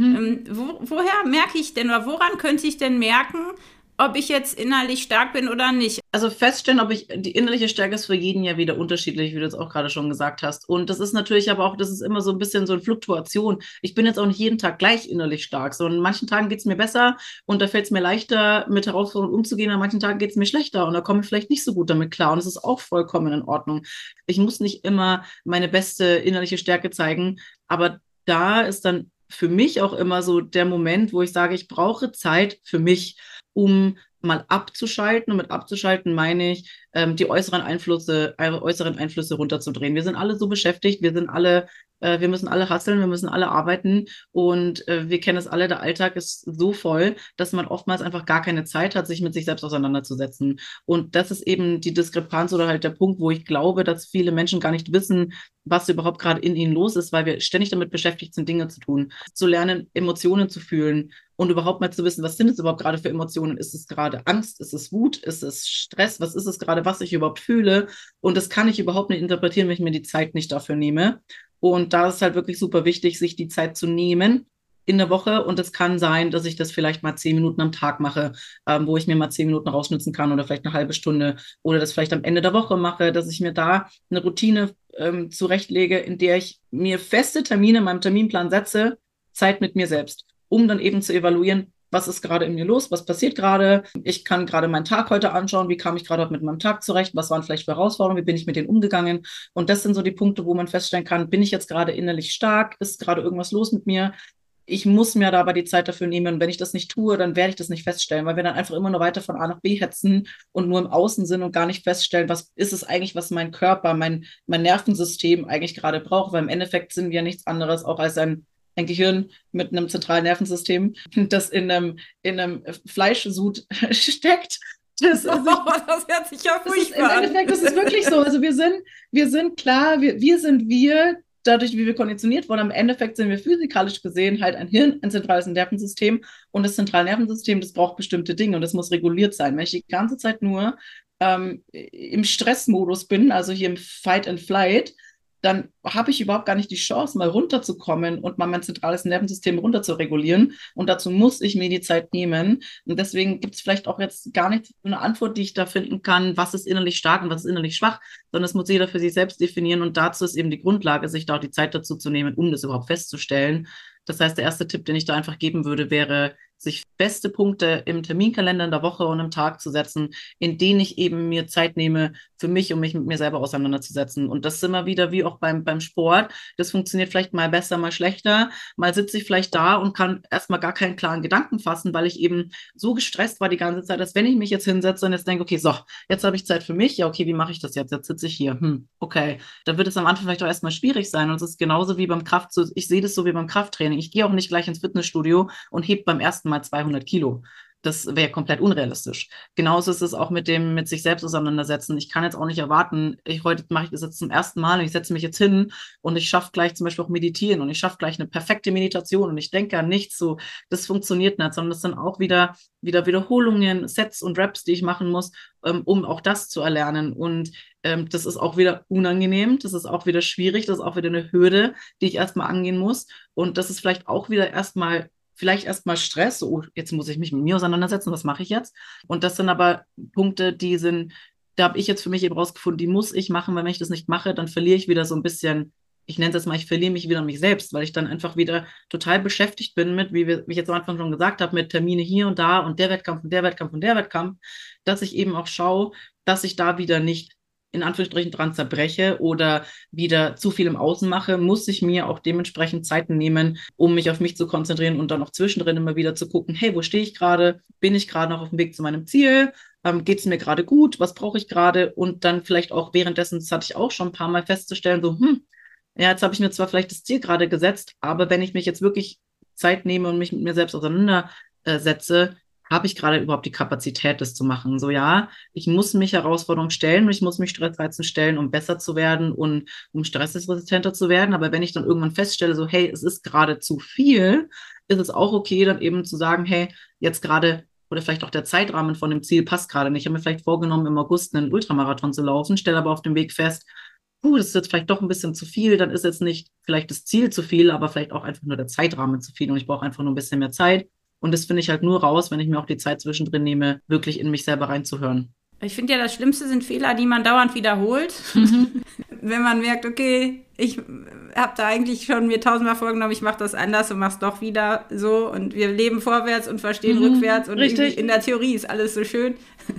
Woher merke ich denn oder woran könnte ich denn merken, ob ich jetzt innerlich stark bin oder nicht? Also feststellen, die innerliche Stärke ist für jeden ja wieder unterschiedlich, wie du es auch gerade schon gesagt hast. Und das ist natürlich aber auch, das ist immer so ein bisschen so eine Fluktuation. Ich bin jetzt auch nicht jeden Tag gleich innerlich stark, sondern an manchen Tagen geht es mir besser und da fällt es mir leichter, mit Herausforderungen umzugehen. An manchen Tagen geht es mir schlechter und da komme ich vielleicht nicht so gut damit klar. Und es ist auch vollkommen in Ordnung. Ich muss nicht immer meine beste innerliche Stärke zeigen, aber da ist dann für mich auch immer so der Moment, wo ich sage, ich brauche Zeit für mich, um mal abzuschalten. Und mit abzuschalten meine ich, die äußeren Einflüsse runterzudrehen. Wir sind alle so beschäftigt, wir müssen alle hustlen, wir müssen alle arbeiten und wir kennen es alle, der Alltag ist so voll, dass man oftmals einfach gar keine Zeit hat, sich mit sich selbst auseinanderzusetzen. Und das ist eben die Diskrepanz oder halt der Punkt, wo ich glaube, dass viele Menschen gar nicht wissen, was überhaupt gerade in ihnen los ist, weil wir ständig damit beschäftigt sind, Dinge zu tun, zu lernen, Emotionen zu fühlen und überhaupt mal zu wissen, was sind es überhaupt gerade für Emotionen? Ist es gerade Angst? Ist es Wut? Ist es Stress? Was ist es gerade, was ich überhaupt fühle? Und das kann ich überhaupt nicht interpretieren, wenn ich mir die Zeit nicht dafür nehme. Und da ist halt wirklich super wichtig, sich die Zeit zu nehmen in der Woche. Und es kann sein, dass ich das vielleicht mal 10 Minuten am Tag mache, wo ich mir mal 10 Minuten rausschnitzen kann oder vielleicht eine halbe Stunde oder das vielleicht am Ende der Woche mache, dass ich mir da eine Routine zurechtlege, in der ich mir feste Termine in meinem Terminplan setze, Zeit mit mir selbst, um dann eben zu evaluieren, was ist gerade in mir los, was passiert gerade. Ich kann gerade meinen Tag heute anschauen, wie kam ich gerade mit meinem Tag zurecht, was waren vielleicht für Herausforderungen, wie bin ich mit denen umgegangen. Und das sind so die Punkte, wo man feststellen kann, bin ich jetzt gerade innerlich stark, ist gerade irgendwas los mit mir. Ich muss mir da aber die Zeit dafür nehmen. Und wenn ich das nicht tue, dann werde ich das nicht feststellen, weil wir dann einfach immer nur weiter von A nach B hetzen und nur im Außen sind und gar nicht feststellen, was ist es eigentlich, was mein Körper, mein Nervensystem eigentlich gerade braucht. Weil im Endeffekt sind wir nichts anderes auch als ein ein Gehirn mit einem zentralen Nervensystem, das in einem Fleischsud steckt. Das hört sich ja furchtbar an. Im Endeffekt, das ist wirklich so. Also wir sind klar, wir sind wir, dadurch, wie wir konditioniert wurden. Im Endeffekt sind wir physikalisch gesehen halt ein Hirn, ein zentrales Nervensystem. Und das zentrale Nervensystem, das braucht bestimmte Dinge und das muss reguliert sein. Wenn ich die ganze Zeit nur im Stressmodus bin, also hier im Fight and Flight, dann habe ich überhaupt gar nicht die Chance, mal runterzukommen und mal mein zentrales Nervensystem runter zu regulieren. Und dazu muss ich mir die Zeit nehmen. Und deswegen gibt es vielleicht auch jetzt gar nicht so eine Antwort, die ich da finden kann, was ist innerlich stark und was ist innerlich schwach, sondern das muss jeder für sich selbst definieren. Und dazu ist eben die Grundlage, sich da auch die Zeit dazu zu nehmen, um das überhaupt festzustellen. Das heißt, der erste Tipp, den ich da einfach geben würde, wäre, sich feste Punkte im Terminkalender in der Woche und im Tag zu setzen, in denen ich eben mir Zeit nehme für mich, um mich mit mir selber auseinanderzusetzen. Und das ist immer wieder wie auch beim Sport. Das funktioniert vielleicht mal besser, mal schlechter. Mal sitze ich vielleicht da und kann erstmal gar keinen klaren Gedanken fassen, weil ich eben so gestresst war die ganze Zeit, dass wenn ich mich jetzt hinsetze und jetzt denke, okay, so, jetzt habe ich Zeit für mich. Ja, okay, wie mache ich das jetzt? Jetzt sitze ich hier. Okay. Dann wird es am Anfang vielleicht auch erstmal schwierig sein. Und es ist genauso wie beim ich sehe das so wie beim Krafttraining. Ich gehe auch nicht gleich ins Fitnessstudio und hebe beim ersten Mal 200 Kilo. Das wäre komplett unrealistisch. Genauso ist es auch mit sich selbst auseinandersetzen. Ich kann jetzt auch nicht erwarten, heute mache ich das jetzt zum ersten Mal und ich setze mich jetzt hin und ich schaffe gleich zum Beispiel auch meditieren und ich schaffe gleich eine perfekte Meditation und ich denke an nichts, so, das funktioniert nicht, sondern das sind auch wieder Wiederholungen, Sets und Reps, die ich machen muss, um auch das zu erlernen. Und das ist auch wieder unangenehm, das ist auch wieder schwierig, das ist auch wieder eine Hürde, die ich erstmal angehen muss. Und das ist vielleicht auch wieder vielleicht erstmal Stress, so, jetzt muss ich mich mit mir auseinandersetzen, was mache ich jetzt? Und das sind aber Punkte, da habe ich jetzt für mich eben rausgefunden, die muss ich machen, weil wenn ich das nicht mache, dann verliere ich wieder so ein bisschen, ich nenne es jetzt mal, ich verliere mich wieder an mich selbst, weil ich dann einfach wieder total beschäftigt bin mit, wie ich jetzt am Anfang schon gesagt habe, mit Termine hier und da und der Wettkampf und der Wettkampf und der Wettkampf, dass ich eben auch schaue, dass ich da wieder nicht in Anführungsstrichen dran zerbreche oder wieder zu viel im Außen mache, muss ich mir auch dementsprechend Zeiten nehmen, um mich auf mich zu konzentrieren und dann auch zwischendrin immer wieder zu gucken, hey, wo stehe ich gerade? Bin ich gerade noch auf dem Weg zu meinem Ziel? Geht es mir gerade gut? Was brauche ich gerade? Und dann vielleicht auch währenddessen, das hatte ich auch schon ein paar Mal festzustellen, so, ja, jetzt habe ich mir zwar vielleicht das Ziel gerade gesetzt, aber wenn ich mich jetzt wirklich Zeit nehme und mich mit mir selbst auseinandersetze, habe ich gerade überhaupt die Kapazität, das zu machen? So, ja, ich muss mich Herausforderungen stellen und ich muss mich Stressreizen stellen, um besser zu werden und um stressresistenter zu werden. Aber wenn ich dann irgendwann feststelle, so, hey, es ist gerade zu viel, ist es auch okay, dann eben zu sagen, hey, jetzt gerade, oder vielleicht auch der Zeitrahmen von dem Ziel passt gerade nicht. Ich habe mir vielleicht vorgenommen, im August einen Ultramarathon zu laufen, stelle aber auf dem Weg fest, das ist jetzt vielleicht doch ein bisschen zu viel, dann ist jetzt nicht vielleicht das Ziel zu viel, aber vielleicht auch einfach nur der Zeitrahmen zu viel und ich brauche einfach nur ein bisschen mehr Zeit. Und das finde ich halt nur raus, wenn ich mir auch die Zeit zwischendrin nehme, wirklich in mich selber reinzuhören. Ich finde ja, das Schlimmste sind Fehler, die man dauernd wiederholt. Wenn man merkt, okay, ich habe da eigentlich schon mir 1000-mal vorgenommen, ich mache das anders und mache es doch wieder so. Und wir leben vorwärts und verstehen rückwärts. Und in der Theorie ist alles so schön.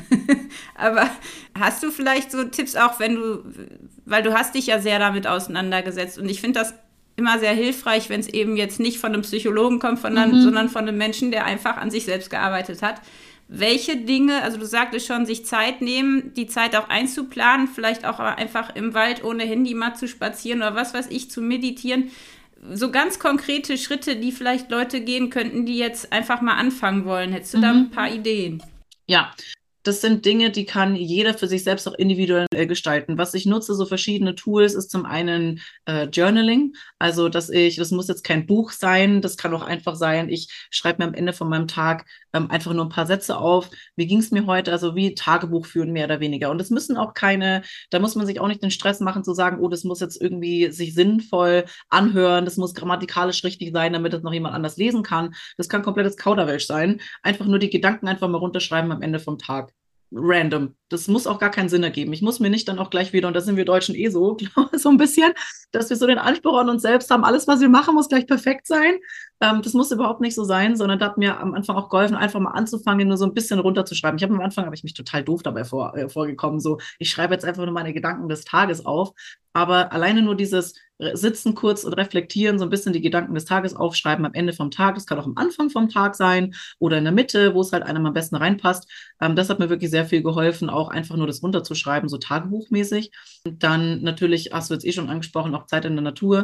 Aber hast du vielleicht so Tipps auch, weil du hast dich ja sehr damit auseinandergesetzt. Und ich finde das immer sehr hilfreich, wenn es eben jetzt nicht von einem Psychologen kommt, sondern von einem Menschen, der einfach an sich selbst gearbeitet hat. Welche Dinge, also du sagtest schon, sich Zeit nehmen, die Zeit auch einzuplanen, vielleicht auch einfach im Wald ohne Handy mal zu spazieren oder was weiß ich, zu meditieren. So ganz konkrete Schritte, die vielleicht Leute gehen könnten, die jetzt einfach mal anfangen wollen. Hättest du da ein paar Ideen? Ja, das sind Dinge, die kann jeder für sich selbst auch individuell gestalten. Was ich nutze, so verschiedene Tools, ist zum einen Journaling. Also, das muss jetzt kein Buch sein, das kann auch einfach sein, ich schreibe mir am Ende von meinem Tag einfach nur ein paar Sätze auf. Wie ging es mir heute? Also wie Tagebuch führen, mehr oder weniger. Und das müssen auch da muss man sich auch nicht den Stress machen zu sagen, oh, das muss jetzt irgendwie sich sinnvoll anhören, das muss grammatikalisch richtig sein, damit das noch jemand anders lesen kann. Das kann komplettes Kauderwelsch sein. Einfach nur die Gedanken einfach mal runterschreiben am Ende vom Tag. Random. Das muss auch gar keinen Sinn ergeben. Ich muss mir nicht dann auch gleich wieder, und da sind wir Deutschen so, so ein bisschen, dass wir so den Anspruch an uns selbst haben, alles, was wir machen, muss gleich perfekt sein. Das muss überhaupt nicht so sein, sondern da hat mir am Anfang auch geholfen, einfach mal anzufangen, nur so ein bisschen runterzuschreiben. Am Anfang habe ich mich total doof dabei vorgekommen, so, ich schreibe jetzt einfach nur meine Gedanken des Tages auf, aber alleine nur dieses Sitzen kurz und reflektieren, so ein bisschen die Gedanken des Tages aufschreiben am Ende vom Tag, das kann auch am Anfang vom Tag sein oder in der Mitte, wo es halt einem am besten reinpasst. Das hat mir wirklich sehr viel geholfen, auch einfach nur das runterzuschreiben, so tagebuchmäßig. Und dann natürlich, hast du jetzt schon angesprochen, auch Zeit in der Natur.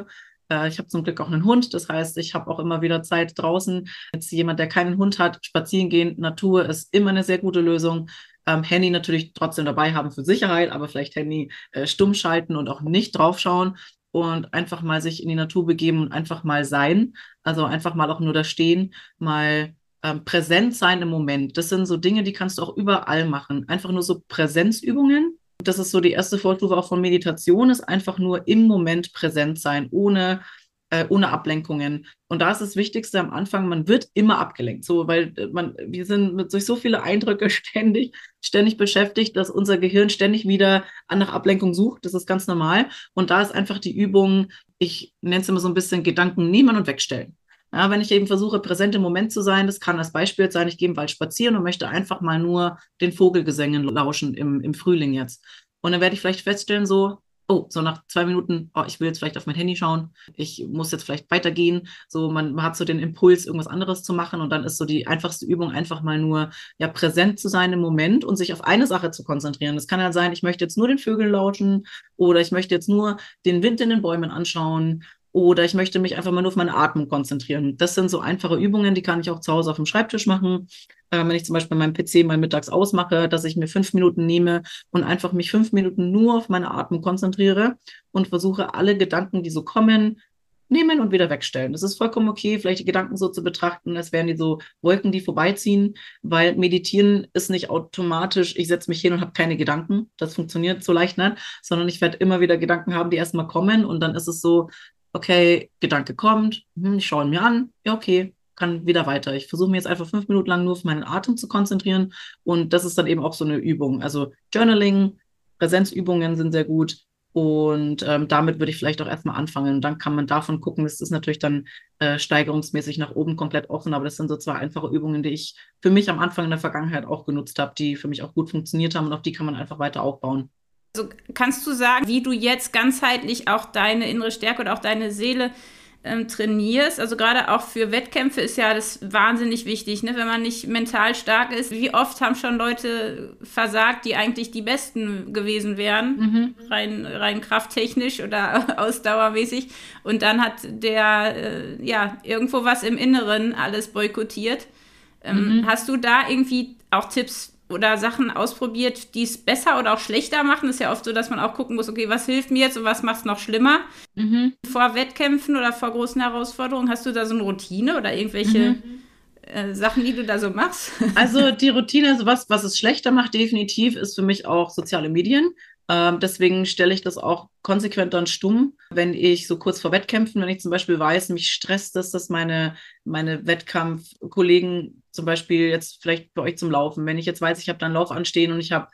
Ich habe zum Glück auch einen Hund, das heißt, ich habe auch immer wieder Zeit draußen. Jetzt jemand, der keinen Hund hat, spazieren gehen, Natur ist immer eine sehr gute Lösung. Handy natürlich trotzdem dabei haben für Sicherheit, aber vielleicht Handy stumm schalten und auch nicht draufschauen und einfach mal sich in die Natur begeben und einfach mal sein. Also einfach mal auch nur da stehen, mal präsent sein im Moment. Das sind so Dinge, die kannst du auch überall machen. Einfach nur so Präsenzübungen. Das ist so die erste Vorstufe auch von Meditation, ist einfach nur im Moment präsent sein, ohne Ablenkungen. Und da ist das Wichtigste am Anfang, man wird immer abgelenkt, so, weil wir sind durch so viele Eindrücke ständig beschäftigt, dass unser Gehirn ständig wieder nach Ablenkung sucht. Das ist ganz normal. Und da ist einfach die Übung, ich nenne es immer so ein bisschen Gedanken nehmen und wegstellen. Ja, wenn ich eben versuche, präsent im Moment zu sein, das kann als Beispiel sein, ich gehe im Wald spazieren und möchte einfach mal nur den Vogelgesängen lauschen im Frühling jetzt. Und dann werde ich vielleicht feststellen, so, oh, so nach 2 Minuten, oh, ich will jetzt vielleicht auf mein Handy schauen, ich muss jetzt vielleicht weitergehen. So, man hat so den Impuls, irgendwas anderes zu machen und dann ist so die einfachste Übung, einfach mal nur ja, präsent zu sein im Moment und sich auf eine Sache zu konzentrieren. Das kann ja sein, ich möchte jetzt nur den Vögeln lauschen oder ich möchte jetzt nur den Wind in den Bäumen anschauen. Oder ich möchte mich einfach mal nur auf meine Atmung konzentrieren. Das sind so einfache Übungen, die kann ich auch zu Hause auf dem Schreibtisch machen. Wenn ich zum Beispiel meinen PC mal mittags ausmache, dass ich mir 5 Minuten nehme und einfach mich 5 Minuten nur auf meine Atmung konzentriere und versuche, alle Gedanken, die so kommen, nehmen und wieder wegstellen. Das ist vollkommen okay, vielleicht die Gedanken so zu betrachten, als wären die so Wolken, die vorbeiziehen, weil Meditieren ist nicht automatisch, ich setze mich hin und habe keine Gedanken. Das funktioniert so leicht nicht, sondern ich werde immer wieder Gedanken haben, die erstmal kommen und dann ist es so, okay, Gedanke kommt, ich schaue ihn mir an, ja, okay, kann wieder weiter. Ich versuche mir jetzt einfach 5 Minuten lang nur auf meinen Atem zu konzentrieren und das ist dann eben auch so eine Übung. Also Journaling, Präsenzübungen sind sehr gut und damit würde ich vielleicht auch erstmal anfangen. Und dann kann man davon gucken, das ist natürlich dann steigerungsmäßig nach oben komplett offen, aber das sind so 2 einfache Übungen, die ich für mich am Anfang in der Vergangenheit auch genutzt habe, die für mich auch gut funktioniert haben und auf die kann man einfach weiter aufbauen. Also kannst du sagen, wie du jetzt ganzheitlich auch deine innere Stärke oder auch deine Seele trainierst? Also gerade auch für Wettkämpfe ist ja das wahnsinnig wichtig, ne? Wenn man nicht mental stark ist. Wie oft haben schon Leute versagt, die eigentlich die Besten gewesen wären, rein krafttechnisch oder ausdauermäßig. Und dann hat der irgendwo was im Inneren alles boykottiert. Hast du da irgendwie auch Tipps oder Sachen ausprobiert, die es besser oder auch schlechter machen? Das ist ja oft so, dass man auch gucken muss, okay, was hilft mir jetzt und was macht es noch schlimmer? Vor Wettkämpfen oder vor großen Herausforderungen, hast du da so eine Routine oder irgendwelche Sachen, die du da so machst? Also die Routine, also was es schlechter macht, definitiv, ist für mich auch soziale Medien. Deswegen stelle ich das auch konsequent dann stumm, wenn ich so kurz vor Wettkämpfen, wenn ich zum Beispiel weiß, mich stresst das, dass meine Wettkampfkollegen zum Beispiel jetzt vielleicht bei euch zum Laufen, wenn ich jetzt weiß, ich habe da einen Lauf anstehen und ich habe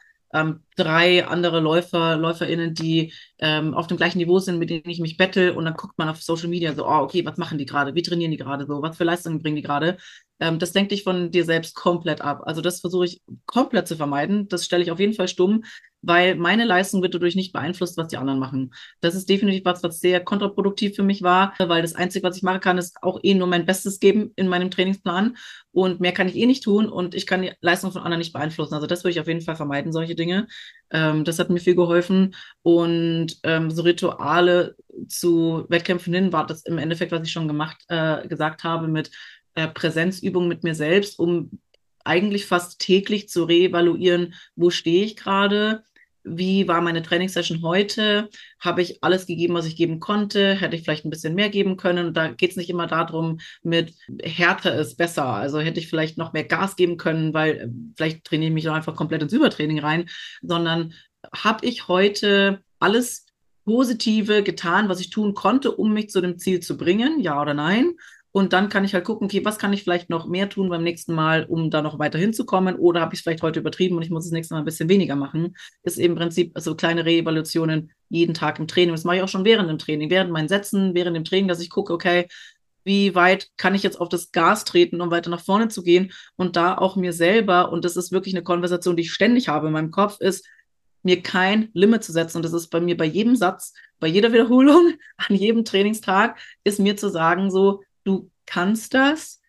3 andere LäuferInnen, die auf dem gleichen Niveau sind, mit denen ich mich battle und dann guckt man auf Social Media so, oh, okay, was machen die gerade? Wie trainieren die gerade so? Was für Leistungen bringen die gerade? Das lenkt dich von dir selbst komplett ab. Also das versuche ich komplett zu vermeiden. Das stelle ich auf jeden Fall stumm, weil meine Leistung wird dadurch nicht beeinflusst, was die anderen machen. Das ist definitiv was sehr kontraproduktiv für mich war, weil das Einzige, was ich machen kann, ist auch nur mein Bestes geben in meinem Trainingsplan und mehr kann ich nicht tun und ich kann die Leistung von anderen nicht beeinflussen. Also das würde ich auf jeden Fall vermeiden, solche Dinge. Das hat mir viel geholfen und so Rituale zu Wettkämpfen hin war das im Endeffekt, was ich schon gesagt habe mit Präsenzübungen mit mir selbst, um eigentlich fast täglich zu reevaluieren, wo stehe ich gerade, wie war meine Trainingssession heute, habe ich alles gegeben, was ich geben konnte, hätte ich vielleicht ein bisschen mehr geben können und da geht es nicht immer darum, mit härter ist besser, also hätte ich vielleicht noch mehr Gas geben können, weil vielleicht trainiere ich mich auch einfach komplett ins Übertraining rein, sondern habe ich heute alles Positive getan, was ich tun konnte, um mich zu dem Ziel zu bringen, ja oder nein? Und dann kann ich halt gucken, okay, was kann ich vielleicht noch mehr tun beim nächsten Mal, um da noch weiter hinzukommen? Oder habe ich es vielleicht heute übertrieben und ich muss das nächste Mal ein bisschen weniger machen? Ist eben im Prinzip so kleine Reevaluationen jeden Tag im Training. Das mache ich auch schon während dem Training, während meinen Sätzen, während dem Training, dass ich gucke, okay, wie weit kann ich jetzt auf das Gas treten, um weiter nach vorne zu gehen? Und da auch mir selber, und das ist wirklich eine Konversation, die ich ständig habe in meinem Kopf, ist, mir kein Limit zu setzen. Und das ist bei mir bei jedem Satz, bei jeder Wiederholung, an jedem Trainingstag, ist mir zu sagen, so, du kannst das,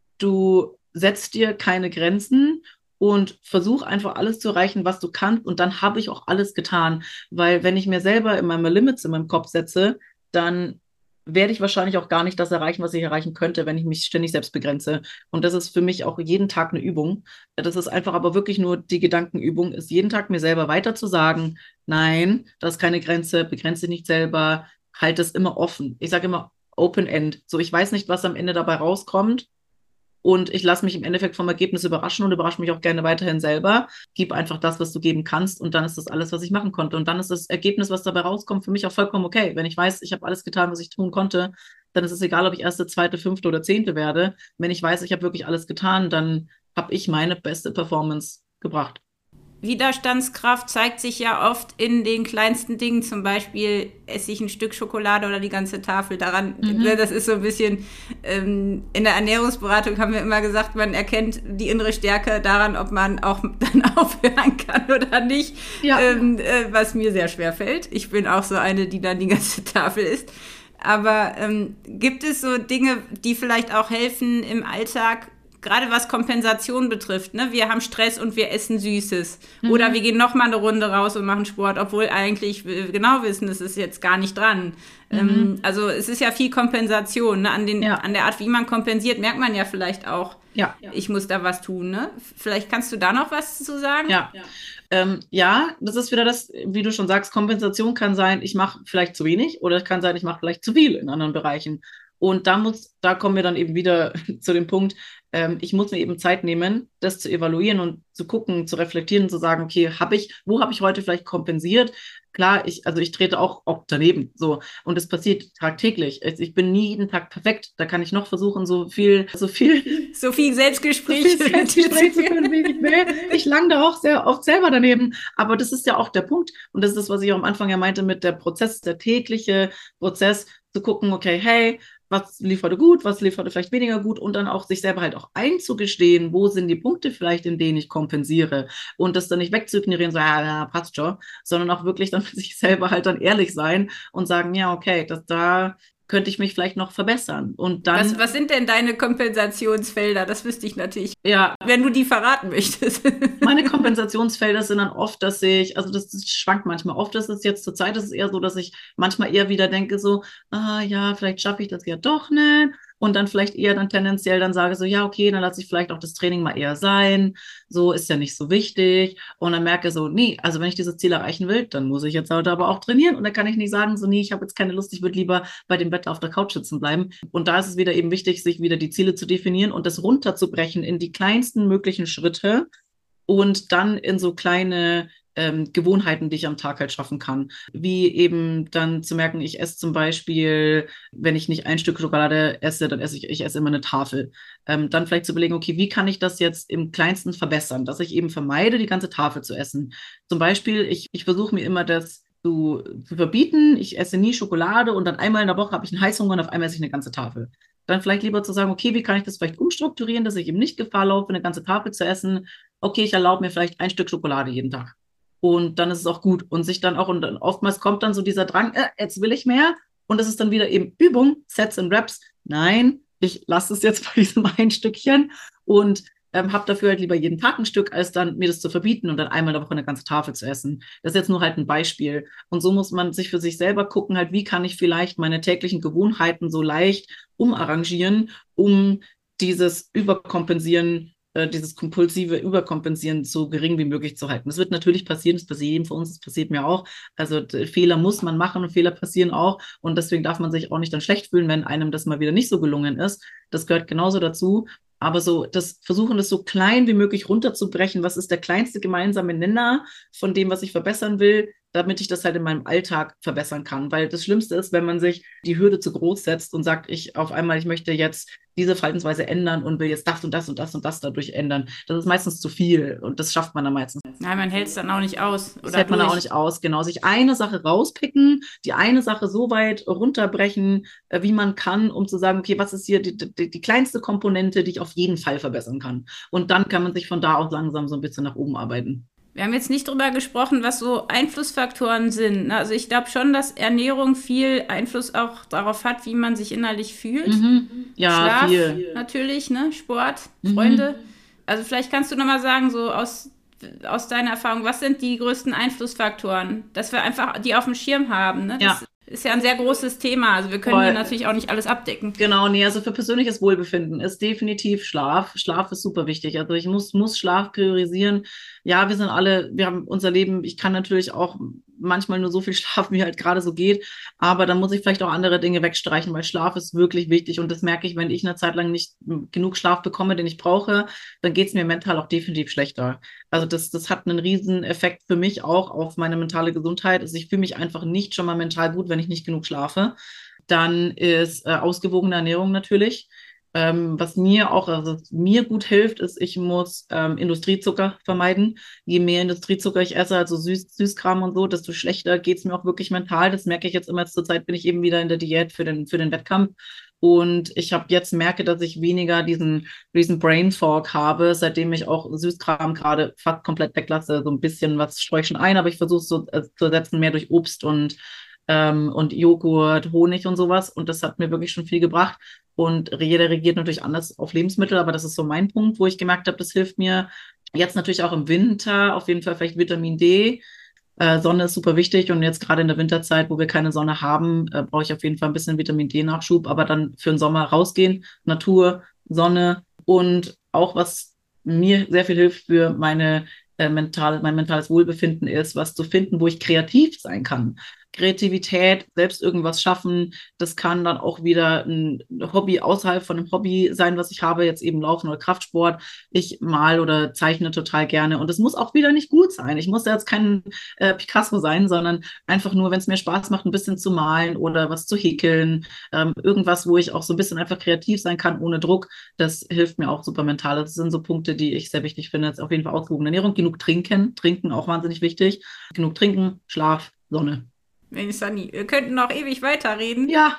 du setzt dir keine Grenzen und versuch einfach alles zu erreichen, was du kannst und dann habe ich auch alles getan, weil wenn ich mir selber in meinem Limits in meinem Kopf setze, dann werde ich wahrscheinlich auch gar nicht das erreichen, was ich erreichen könnte, wenn ich mich ständig selbst begrenze. Und das ist für mich auch jeden Tag eine Übung. Das ist einfach aber wirklich nur die Gedankenübung, ist jeden Tag mir selber weiter zu sagen, nein, das ist keine Grenze, begrenze dich nicht selber, halte es immer offen. Ich sage immer Open End. So, ich weiß nicht, was am Ende dabei rauskommt. Und ich lasse mich im Endeffekt vom Ergebnis überraschen und überrasche mich auch gerne weiterhin selber. Gib einfach das, was du geben kannst, und dann ist das alles, was ich machen konnte. Und dann ist das Ergebnis, was dabei rauskommt, für mich auch vollkommen okay. Wenn ich weiß, ich habe alles getan, was ich tun konnte, dann ist es egal, ob ich erste, zweite, fünfte oder zehnte werde. Wenn ich weiß, ich habe wirklich alles getan, dann habe ich meine beste Performance gebracht. Widerstandskraft zeigt sich ja oft in den kleinsten Dingen, zum Beispiel esse ich ein Stück Schokolade oder die ganze Tafel daran. Das ist so ein bisschen, in der Ernährungsberatung haben wir immer gesagt, man erkennt die innere Stärke daran, ob man auch dann aufhören kann oder nicht, was mir sehr schwer fällt. Ich bin auch so eine, die dann die ganze Tafel isst. Aber gibt es so Dinge, die vielleicht auch helfen im Alltag, gerade was Kompensation betrifft, ne? Wir haben Stress und wir essen Süßes. Oder wir gehen noch mal eine Runde raus und machen Sport, obwohl eigentlich wir genau wissen, es ist jetzt gar nicht dran. Also es ist ja viel Kompensation. Ne? An der Art, wie man kompensiert, merkt man ja vielleicht auch, ich muss da was tun. Ne? Vielleicht kannst du da noch was zu sagen? Ja, das ist wieder das, wie du schon sagst, Kompensation kann sein, ich mache vielleicht zu wenig, oder es kann sein, ich mache vielleicht zu viel in anderen Bereichen. Und da kommen wir dann eben wieder zu dem Punkt, ich muss mir eben Zeit nehmen, das zu evaluieren und zu gucken, zu reflektieren, zu sagen, okay, wo habe ich heute vielleicht kompensiert? Klar, ich trete auch daneben, so. Und es passiert tagtäglich. Ich bin nie jeden Tag perfekt. Da kann ich noch versuchen, so viel Selbstgespräch zu führen, wie ich will. Ich lang da auch sehr oft selber daneben. Aber das ist ja auch der Punkt. Und das ist das, was ich auch am Anfang ja meinte mit der tägliche Prozess, zu gucken, okay, hey, was lieferte gut, was lieferte vielleicht weniger gut, und dann auch sich selber halt auch einzugestehen, wo sind die Punkte vielleicht, in denen ich kompensiere, und das dann nicht wegzuignorieren, so, ja, passt schon, sondern auch wirklich dann mit sich selber halt dann ehrlich sein und sagen, ja, okay, da könnte ich mich vielleicht noch verbessern. Und dann. Was sind denn deine Kompensationsfelder? Das wüsste ich natürlich. Ja, wenn du die verraten möchtest. Meine Kompensationsfelder sind dann oft, das schwankt manchmal. Oft ist es jetzt zur Zeit, ist es eher so, dass ich manchmal eher wieder denke, so, ja, vielleicht schaffe ich das ja doch nicht. Und dann vielleicht eher dann tendenziell dann sage so, ja, okay, dann lasse ich vielleicht auch das Training mal eher sein. So ist ja nicht so wichtig. Und dann merke so, nee, also wenn ich dieses Ziel erreichen will, dann muss ich jetzt halt aber auch trainieren. Und dann kann ich nicht sagen, so, nee, ich habe jetzt keine Lust, ich würde lieber bei dem Wetter auf der Couch sitzen bleiben. Und da ist es wieder eben wichtig, sich wieder die Ziele zu definieren und das runterzubrechen in die kleinsten möglichen Schritte und dann in so kleine Gewohnheiten, die ich am Tag halt schaffen kann. Wie eben dann zu merken, ich esse zum Beispiel, wenn ich nicht ein Stück Schokolade esse, dann esse ich esse immer eine Tafel. Dann vielleicht zu überlegen, okay, wie kann ich das jetzt im Kleinsten verbessern, dass ich eben vermeide, die ganze Tafel zu essen. Zum Beispiel, ich versuche mir immer das zu verbieten, ich esse nie Schokolade und dann einmal in der Woche habe ich einen Heißhunger und auf einmal esse ich eine ganze Tafel. Dann vielleicht lieber zu sagen, okay, wie kann ich das vielleicht umstrukturieren, dass ich eben nicht Gefahr laufe, eine ganze Tafel zu essen. Okay, ich erlaube mir vielleicht ein Stück Schokolade jeden Tag. Und dann ist es auch gut. Und sich dann auch, und dann oftmals kommt dann so dieser Drang, jetzt will ich mehr. Und das ist dann wieder eben Übung, Sets und Reps. Nein, ich lasse es jetzt bei diesem ein Stückchen und habe dafür halt lieber jeden Tag ein Stück, als dann mir das zu verbieten und dann einmal in der Woche eine ganze Tafel zu essen. Das ist jetzt nur halt ein Beispiel. Und so muss man sich für sich selber gucken, halt, wie kann ich vielleicht meine täglichen Gewohnheiten so leicht umarrangieren, um dieses Überkompensieren, dieses kompulsive Überkompensieren so gering wie möglich zu halten. Das wird natürlich passieren, das passiert jedem von uns, das passiert mir auch. Also Fehler muss man machen und Fehler passieren auch. Und deswegen darf man sich auch nicht dann schlecht fühlen, wenn einem das mal wieder nicht so gelungen ist. Das gehört genauso dazu. Aber so versuchen, das so klein wie möglich runterzubrechen. Was ist der kleinste gemeinsame Nenner von dem, was ich verbessern will, damit ich das halt in meinem Alltag verbessern kann. Weil das Schlimmste ist, wenn man sich die Hürde zu groß setzt und sagt, ich möchte jetzt diese Verhaltensweise ändern und will jetzt das und das und das und das dadurch ändern. Das ist meistens zu viel und das schafft man dann meistens. Nein, man hält es dann auch nicht aus. Das hält man auch nicht aus, genau. Sich eine Sache rauspicken, die eine Sache so weit runterbrechen, wie man kann, um zu sagen, okay, was ist hier die kleinste Komponente, die ich auf jeden Fall verbessern kann. Und dann kann man sich von da aus langsam so ein bisschen nach oben arbeiten. Wir haben jetzt nicht drüber gesprochen, was so Einflussfaktoren sind. Also ich glaube schon, dass Ernährung viel Einfluss auch darauf hat, wie man sich innerlich fühlt. Ja, Schlaf viel. Natürlich, ne? Sport, Freunde. Also vielleicht kannst du nochmal sagen, so aus deiner Erfahrung, was sind die größten Einflussfaktoren? Dass wir einfach die auf dem Schirm haben. Ne? Ja. ist ja ein sehr großes Thema. Also wir können hier natürlich auch nicht alles abdecken. Genau, nee, also für persönliches Wohlbefinden ist definitiv Schlaf. Schlaf ist super wichtig. Also ich muss Schlaf priorisieren. Ja, wir haben unser Leben, ich kann natürlich auch manchmal nur so viel schlafen, wie halt gerade so geht, aber dann muss ich vielleicht auch andere Dinge wegstreichen, weil Schlaf ist wirklich wichtig und das merke ich, wenn ich eine Zeit lang nicht genug Schlaf bekomme, den ich brauche, dann geht es mir mental auch definitiv schlechter. Also das hat einen riesen Effekt für mich auch auf meine mentale Gesundheit. Also ich fühle mich einfach nicht schon mal mental gut, wenn ich nicht genug schlafe. Dann ist ausgewogene Ernährung natürlich. Was mir auch, also mir gut hilft, ist, ich muss Industriezucker vermeiden. Je mehr Industriezucker ich esse, also Süßkram und so, desto schlechter geht es mir auch wirklich mental. Das merke ich jetzt immer. Zur Zeit bin ich eben wieder in der Diät für den Wettkampf. Und ich habe jetzt merke, dass ich weniger diesen Brain Fog habe, seitdem ich auch Süßkram gerade fast komplett weglasse. So ein bisschen was streue ich schon ein, aber ich versuche es so zu ersetzen, mehr durch Obst und Joghurt, Honig und sowas. Und das hat mir wirklich schon viel gebracht. Und jeder reagiert natürlich anders auf Lebensmittel, aber das ist so mein Punkt, wo ich gemerkt habe, das hilft mir. Jetzt natürlich auch im Winter, auf jeden Fall vielleicht Vitamin D. Sonne ist super wichtig und jetzt gerade in der Winterzeit, wo wir keine Sonne haben, brauche ich auf jeden Fall ein bisschen Vitamin D-Nachschub, aber dann für den Sommer rausgehen, Natur, Sonne und auch was mir sehr viel hilft für mein mentales Wohlbefinden ist, was zu finden, wo ich kreativ sein kann. Kreativität, selbst irgendwas schaffen, das kann dann auch wieder ein Hobby außerhalb von einem Hobby sein, was ich habe, jetzt eben Laufen oder Kraftsport. Ich mal oder zeichne total gerne und es muss auch wieder nicht gut sein. Ich muss ja jetzt kein Picasso sein, sondern einfach nur, wenn es mir Spaß macht, ein bisschen zu malen oder was zu häkeln, irgendwas, wo ich auch so ein bisschen einfach kreativ sein kann, ohne Druck, das hilft mir auch super mental. Das sind so Punkte, die ich sehr wichtig finde. Jetzt auf jeden Fall ausgewogene Ernährung, genug trinken auch wahnsinnig wichtig. Genug trinken, Schlaf, Sonne. Mensch, Sunny, wir könnten noch ewig weiterreden. Ja.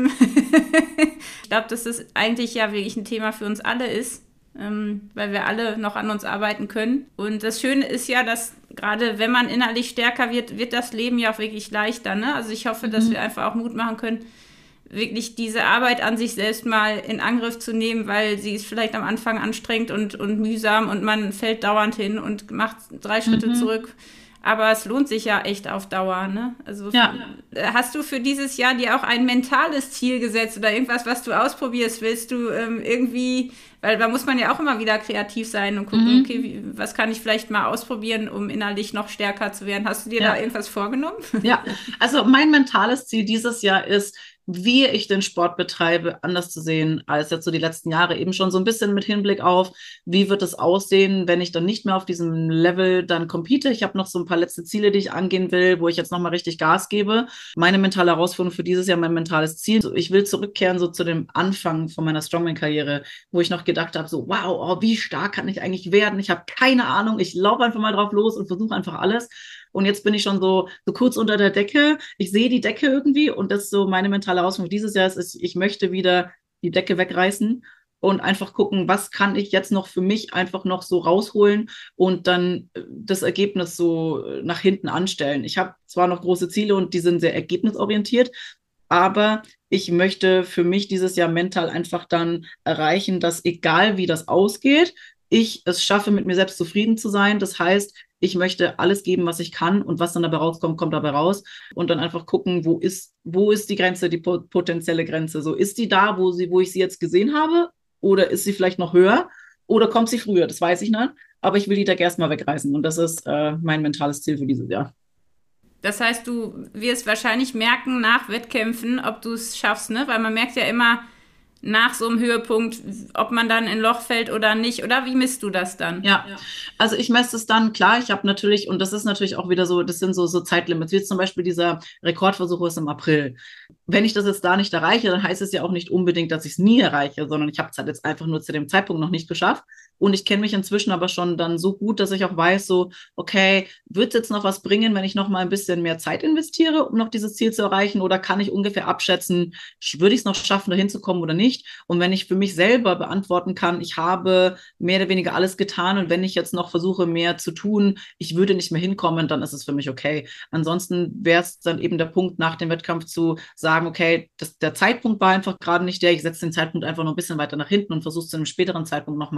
Ich glaube, dass das eigentlich ja wirklich ein Thema für uns alle ist, weil wir alle noch an uns arbeiten können. Und das Schöne ist ja, dass gerade wenn man innerlich stärker wird das Leben ja auch wirklich leichter. Ne? Also ich hoffe, dass wir einfach auch Mut machen können, wirklich diese Arbeit an sich selbst mal in Angriff zu nehmen, weil sie ist vielleicht am Anfang anstrengend und mühsam und man fällt dauernd hin und macht 3 Schritte zurück. Aber es lohnt sich ja echt auf Dauer, ne? Also hast du für dieses Jahr dir auch ein mentales Ziel gesetzt oder irgendwas, was du ausprobierst? Willst du irgendwie, weil da muss man ja auch immer wieder kreativ sein und gucken, okay, was kann ich vielleicht mal ausprobieren, um innerlich noch stärker zu werden? Hast du dir da irgendwas vorgenommen? Ja, also mein mentales Ziel dieses Jahr ist, wie ich den Sport betreibe, anders zu sehen als jetzt so die letzten Jahre. Eben schon so ein bisschen mit Hinblick auf, wie wird es aussehen, wenn ich dann nicht mehr auf diesem Level dann compete. Ich habe noch so ein paar letzte Ziele, die ich angehen will, wo ich jetzt nochmal richtig Gas gebe. Meine mentale Herausforderung für dieses Jahr, mein mentales Ziel. Ich will zurückkehren so zu dem Anfang von meiner Strongman-Karriere, wo ich noch gedacht habe, so wow, oh, wie stark kann ich eigentlich werden? Ich habe keine Ahnung. Ich laufe einfach mal drauf los und versuche einfach alles. Und jetzt bin ich schon so kurz unter der Decke. Ich sehe die Decke irgendwie und das ist so meine mentale Herausforderung dieses Jahr ist, ich möchte wieder die Decke wegreißen und einfach gucken, was kann ich jetzt noch für mich einfach noch so rausholen und dann das Ergebnis so nach hinten anstellen. Ich habe zwar noch große Ziele und die sind sehr ergebnisorientiert, aber ich möchte für mich dieses Jahr mental einfach dann erreichen, dass egal wie das ausgeht, ich es schaffe, mit mir selbst zufrieden zu sein. Das heißt, ich möchte alles geben, was ich kann und was dann dabei rauskommt, kommt dabei raus und dann einfach gucken, wo ist die Grenze, die potenzielle Grenze. So ist die da, wo ich sie jetzt gesehen habe oder ist sie vielleicht noch höher oder kommt sie früher? Das weiß ich nicht, aber ich will die Decke erstmal wegreißen und das ist mein mentales Ziel für dieses Jahr. Das heißt, du wirst wahrscheinlich merken nach Wettkämpfen, ob du es schaffst, ne? Weil man merkt ja immer nach so einem Höhepunkt, ob man dann in ein Loch fällt oder nicht. Oder wie misst du das dann? Ja, also ich messe es dann, klar, ich habe natürlich, und das ist natürlich auch wieder so, das sind so Zeitlimits, wie zum Beispiel dieser Rekordversuch ist im April. Wenn ich das jetzt da nicht erreiche, dann heißt es ja auch nicht unbedingt, dass ich es nie erreiche, sondern ich habe es halt jetzt einfach nur zu dem Zeitpunkt noch nicht geschafft. Und ich kenne mich inzwischen aber schon dann so gut, dass ich auch weiß, so, okay, wird es jetzt noch was bringen, wenn ich noch mal ein bisschen mehr Zeit investiere, um noch dieses Ziel zu erreichen? Oder kann ich ungefähr abschätzen, würde ich es noch schaffen, da hinzukommen oder nicht? Und wenn ich für mich selber beantworten kann, ich habe mehr oder weniger alles getan und wenn ich jetzt noch versuche, mehr zu tun, ich würde nicht mehr hinkommen, dann ist es für mich okay. Ansonsten wäre es dann eben der Punkt nach dem Wettkampf zu sagen, okay, der Zeitpunkt war einfach gerade nicht der, ich setze den Zeitpunkt einfach noch ein bisschen weiter nach hinten und versuche es zu einem späteren Zeitpunkt nochmal.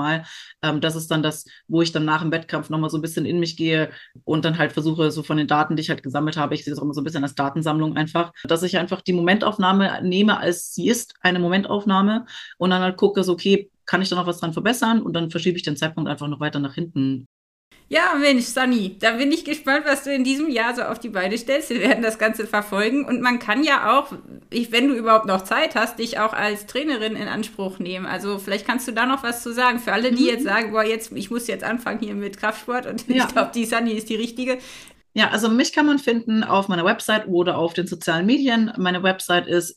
Das ist dann das, wo ich dann nach dem Wettkampf nochmal so ein bisschen in mich gehe und dann halt versuche, so von den Daten, die ich halt gesammelt habe, ich sehe das auch immer so ein bisschen als Datensammlung einfach, dass ich einfach die Momentaufnahme nehme, als sie ist eine Momentaufnahme und dann halt gucke, so, okay, kann ich da noch was dran verbessern und dann verschiebe ich den Zeitpunkt einfach noch weiter nach hinten. Ja, Mensch, Sunny, da bin ich gespannt, was du in diesem Jahr so auf die Beine stellst. Wir werden das Ganze verfolgen und man kann ja auch, wenn du überhaupt noch Zeit hast, dich auch als Trainerin in Anspruch nehmen. Also vielleicht kannst du da noch was zu sagen. Für alle, die jetzt sagen, boah, ich muss jetzt anfangen hier mit Kraftsport und ich glaube, die Sunny ist die Richtige. Ja, also mich kann man finden auf meiner Website oder auf den sozialen Medien. Meine Website ist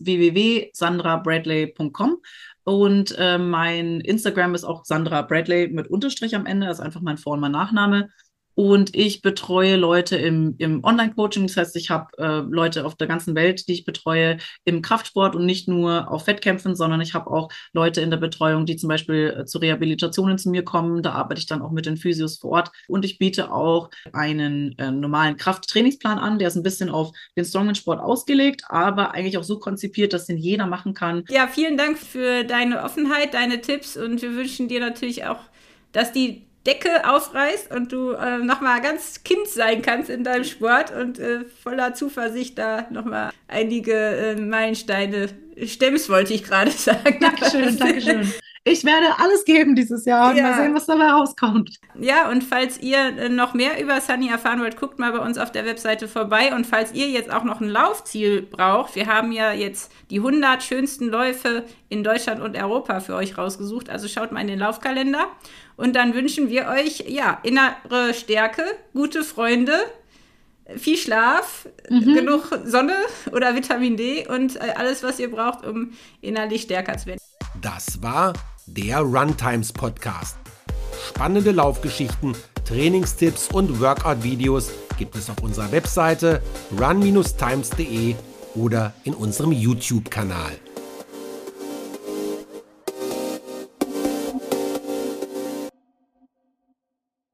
www.sandrabradley.com. Und mein Instagram ist auch Sandra Bradley mit Unterstrich am Ende, das ist einfach mein Vor- und mein Nachname. Und ich betreue Leute im Online-Coaching, das heißt, ich habe Leute auf der ganzen Welt, die ich betreue im Kraftsport und nicht nur auf Wettkämpfen, sondern ich habe auch Leute in der Betreuung, die zum Beispiel zu Rehabilitationen zu mir kommen. Da arbeite ich dann auch mit den Physios vor Ort. Und ich biete auch einen normalen Krafttrainingsplan an, der ist ein bisschen auf den Strongman-Sport ausgelegt, aber eigentlich auch so konzipiert, dass den jeder machen kann. Ja, vielen Dank für deine Offenheit, deine Tipps und wir wünschen dir natürlich auch, dass die Decke aufreißt und du nochmal ganz Kind sein kannst in deinem Sport und voller Zuversicht da nochmal einige Meilensteine stemmst, wollte ich gerade sagen. Dankeschön, Dankeschön. Ich werde alles geben dieses Jahr und mal sehen, was dabei rauskommt. Ja, und falls ihr noch mehr über Sunny erfahren wollt, guckt mal bei uns auf der Webseite vorbei. Und falls ihr jetzt auch noch ein Laufziel braucht, wir haben ja jetzt die 100 schönsten Läufe in Deutschland und Europa für euch rausgesucht. Also schaut mal in den Laufkalender. Und dann wünschen wir euch, innere Stärke, gute Freunde, viel Schlaf, genug Sonne oder Vitamin D und alles, was ihr braucht, um innerlich stärker zu werden. Das war der Runtimes Podcast. Spannende Laufgeschichten, Trainingstipps und Workout-Videos gibt es auf unserer Webseite run-times.de oder in unserem YouTube-Kanal.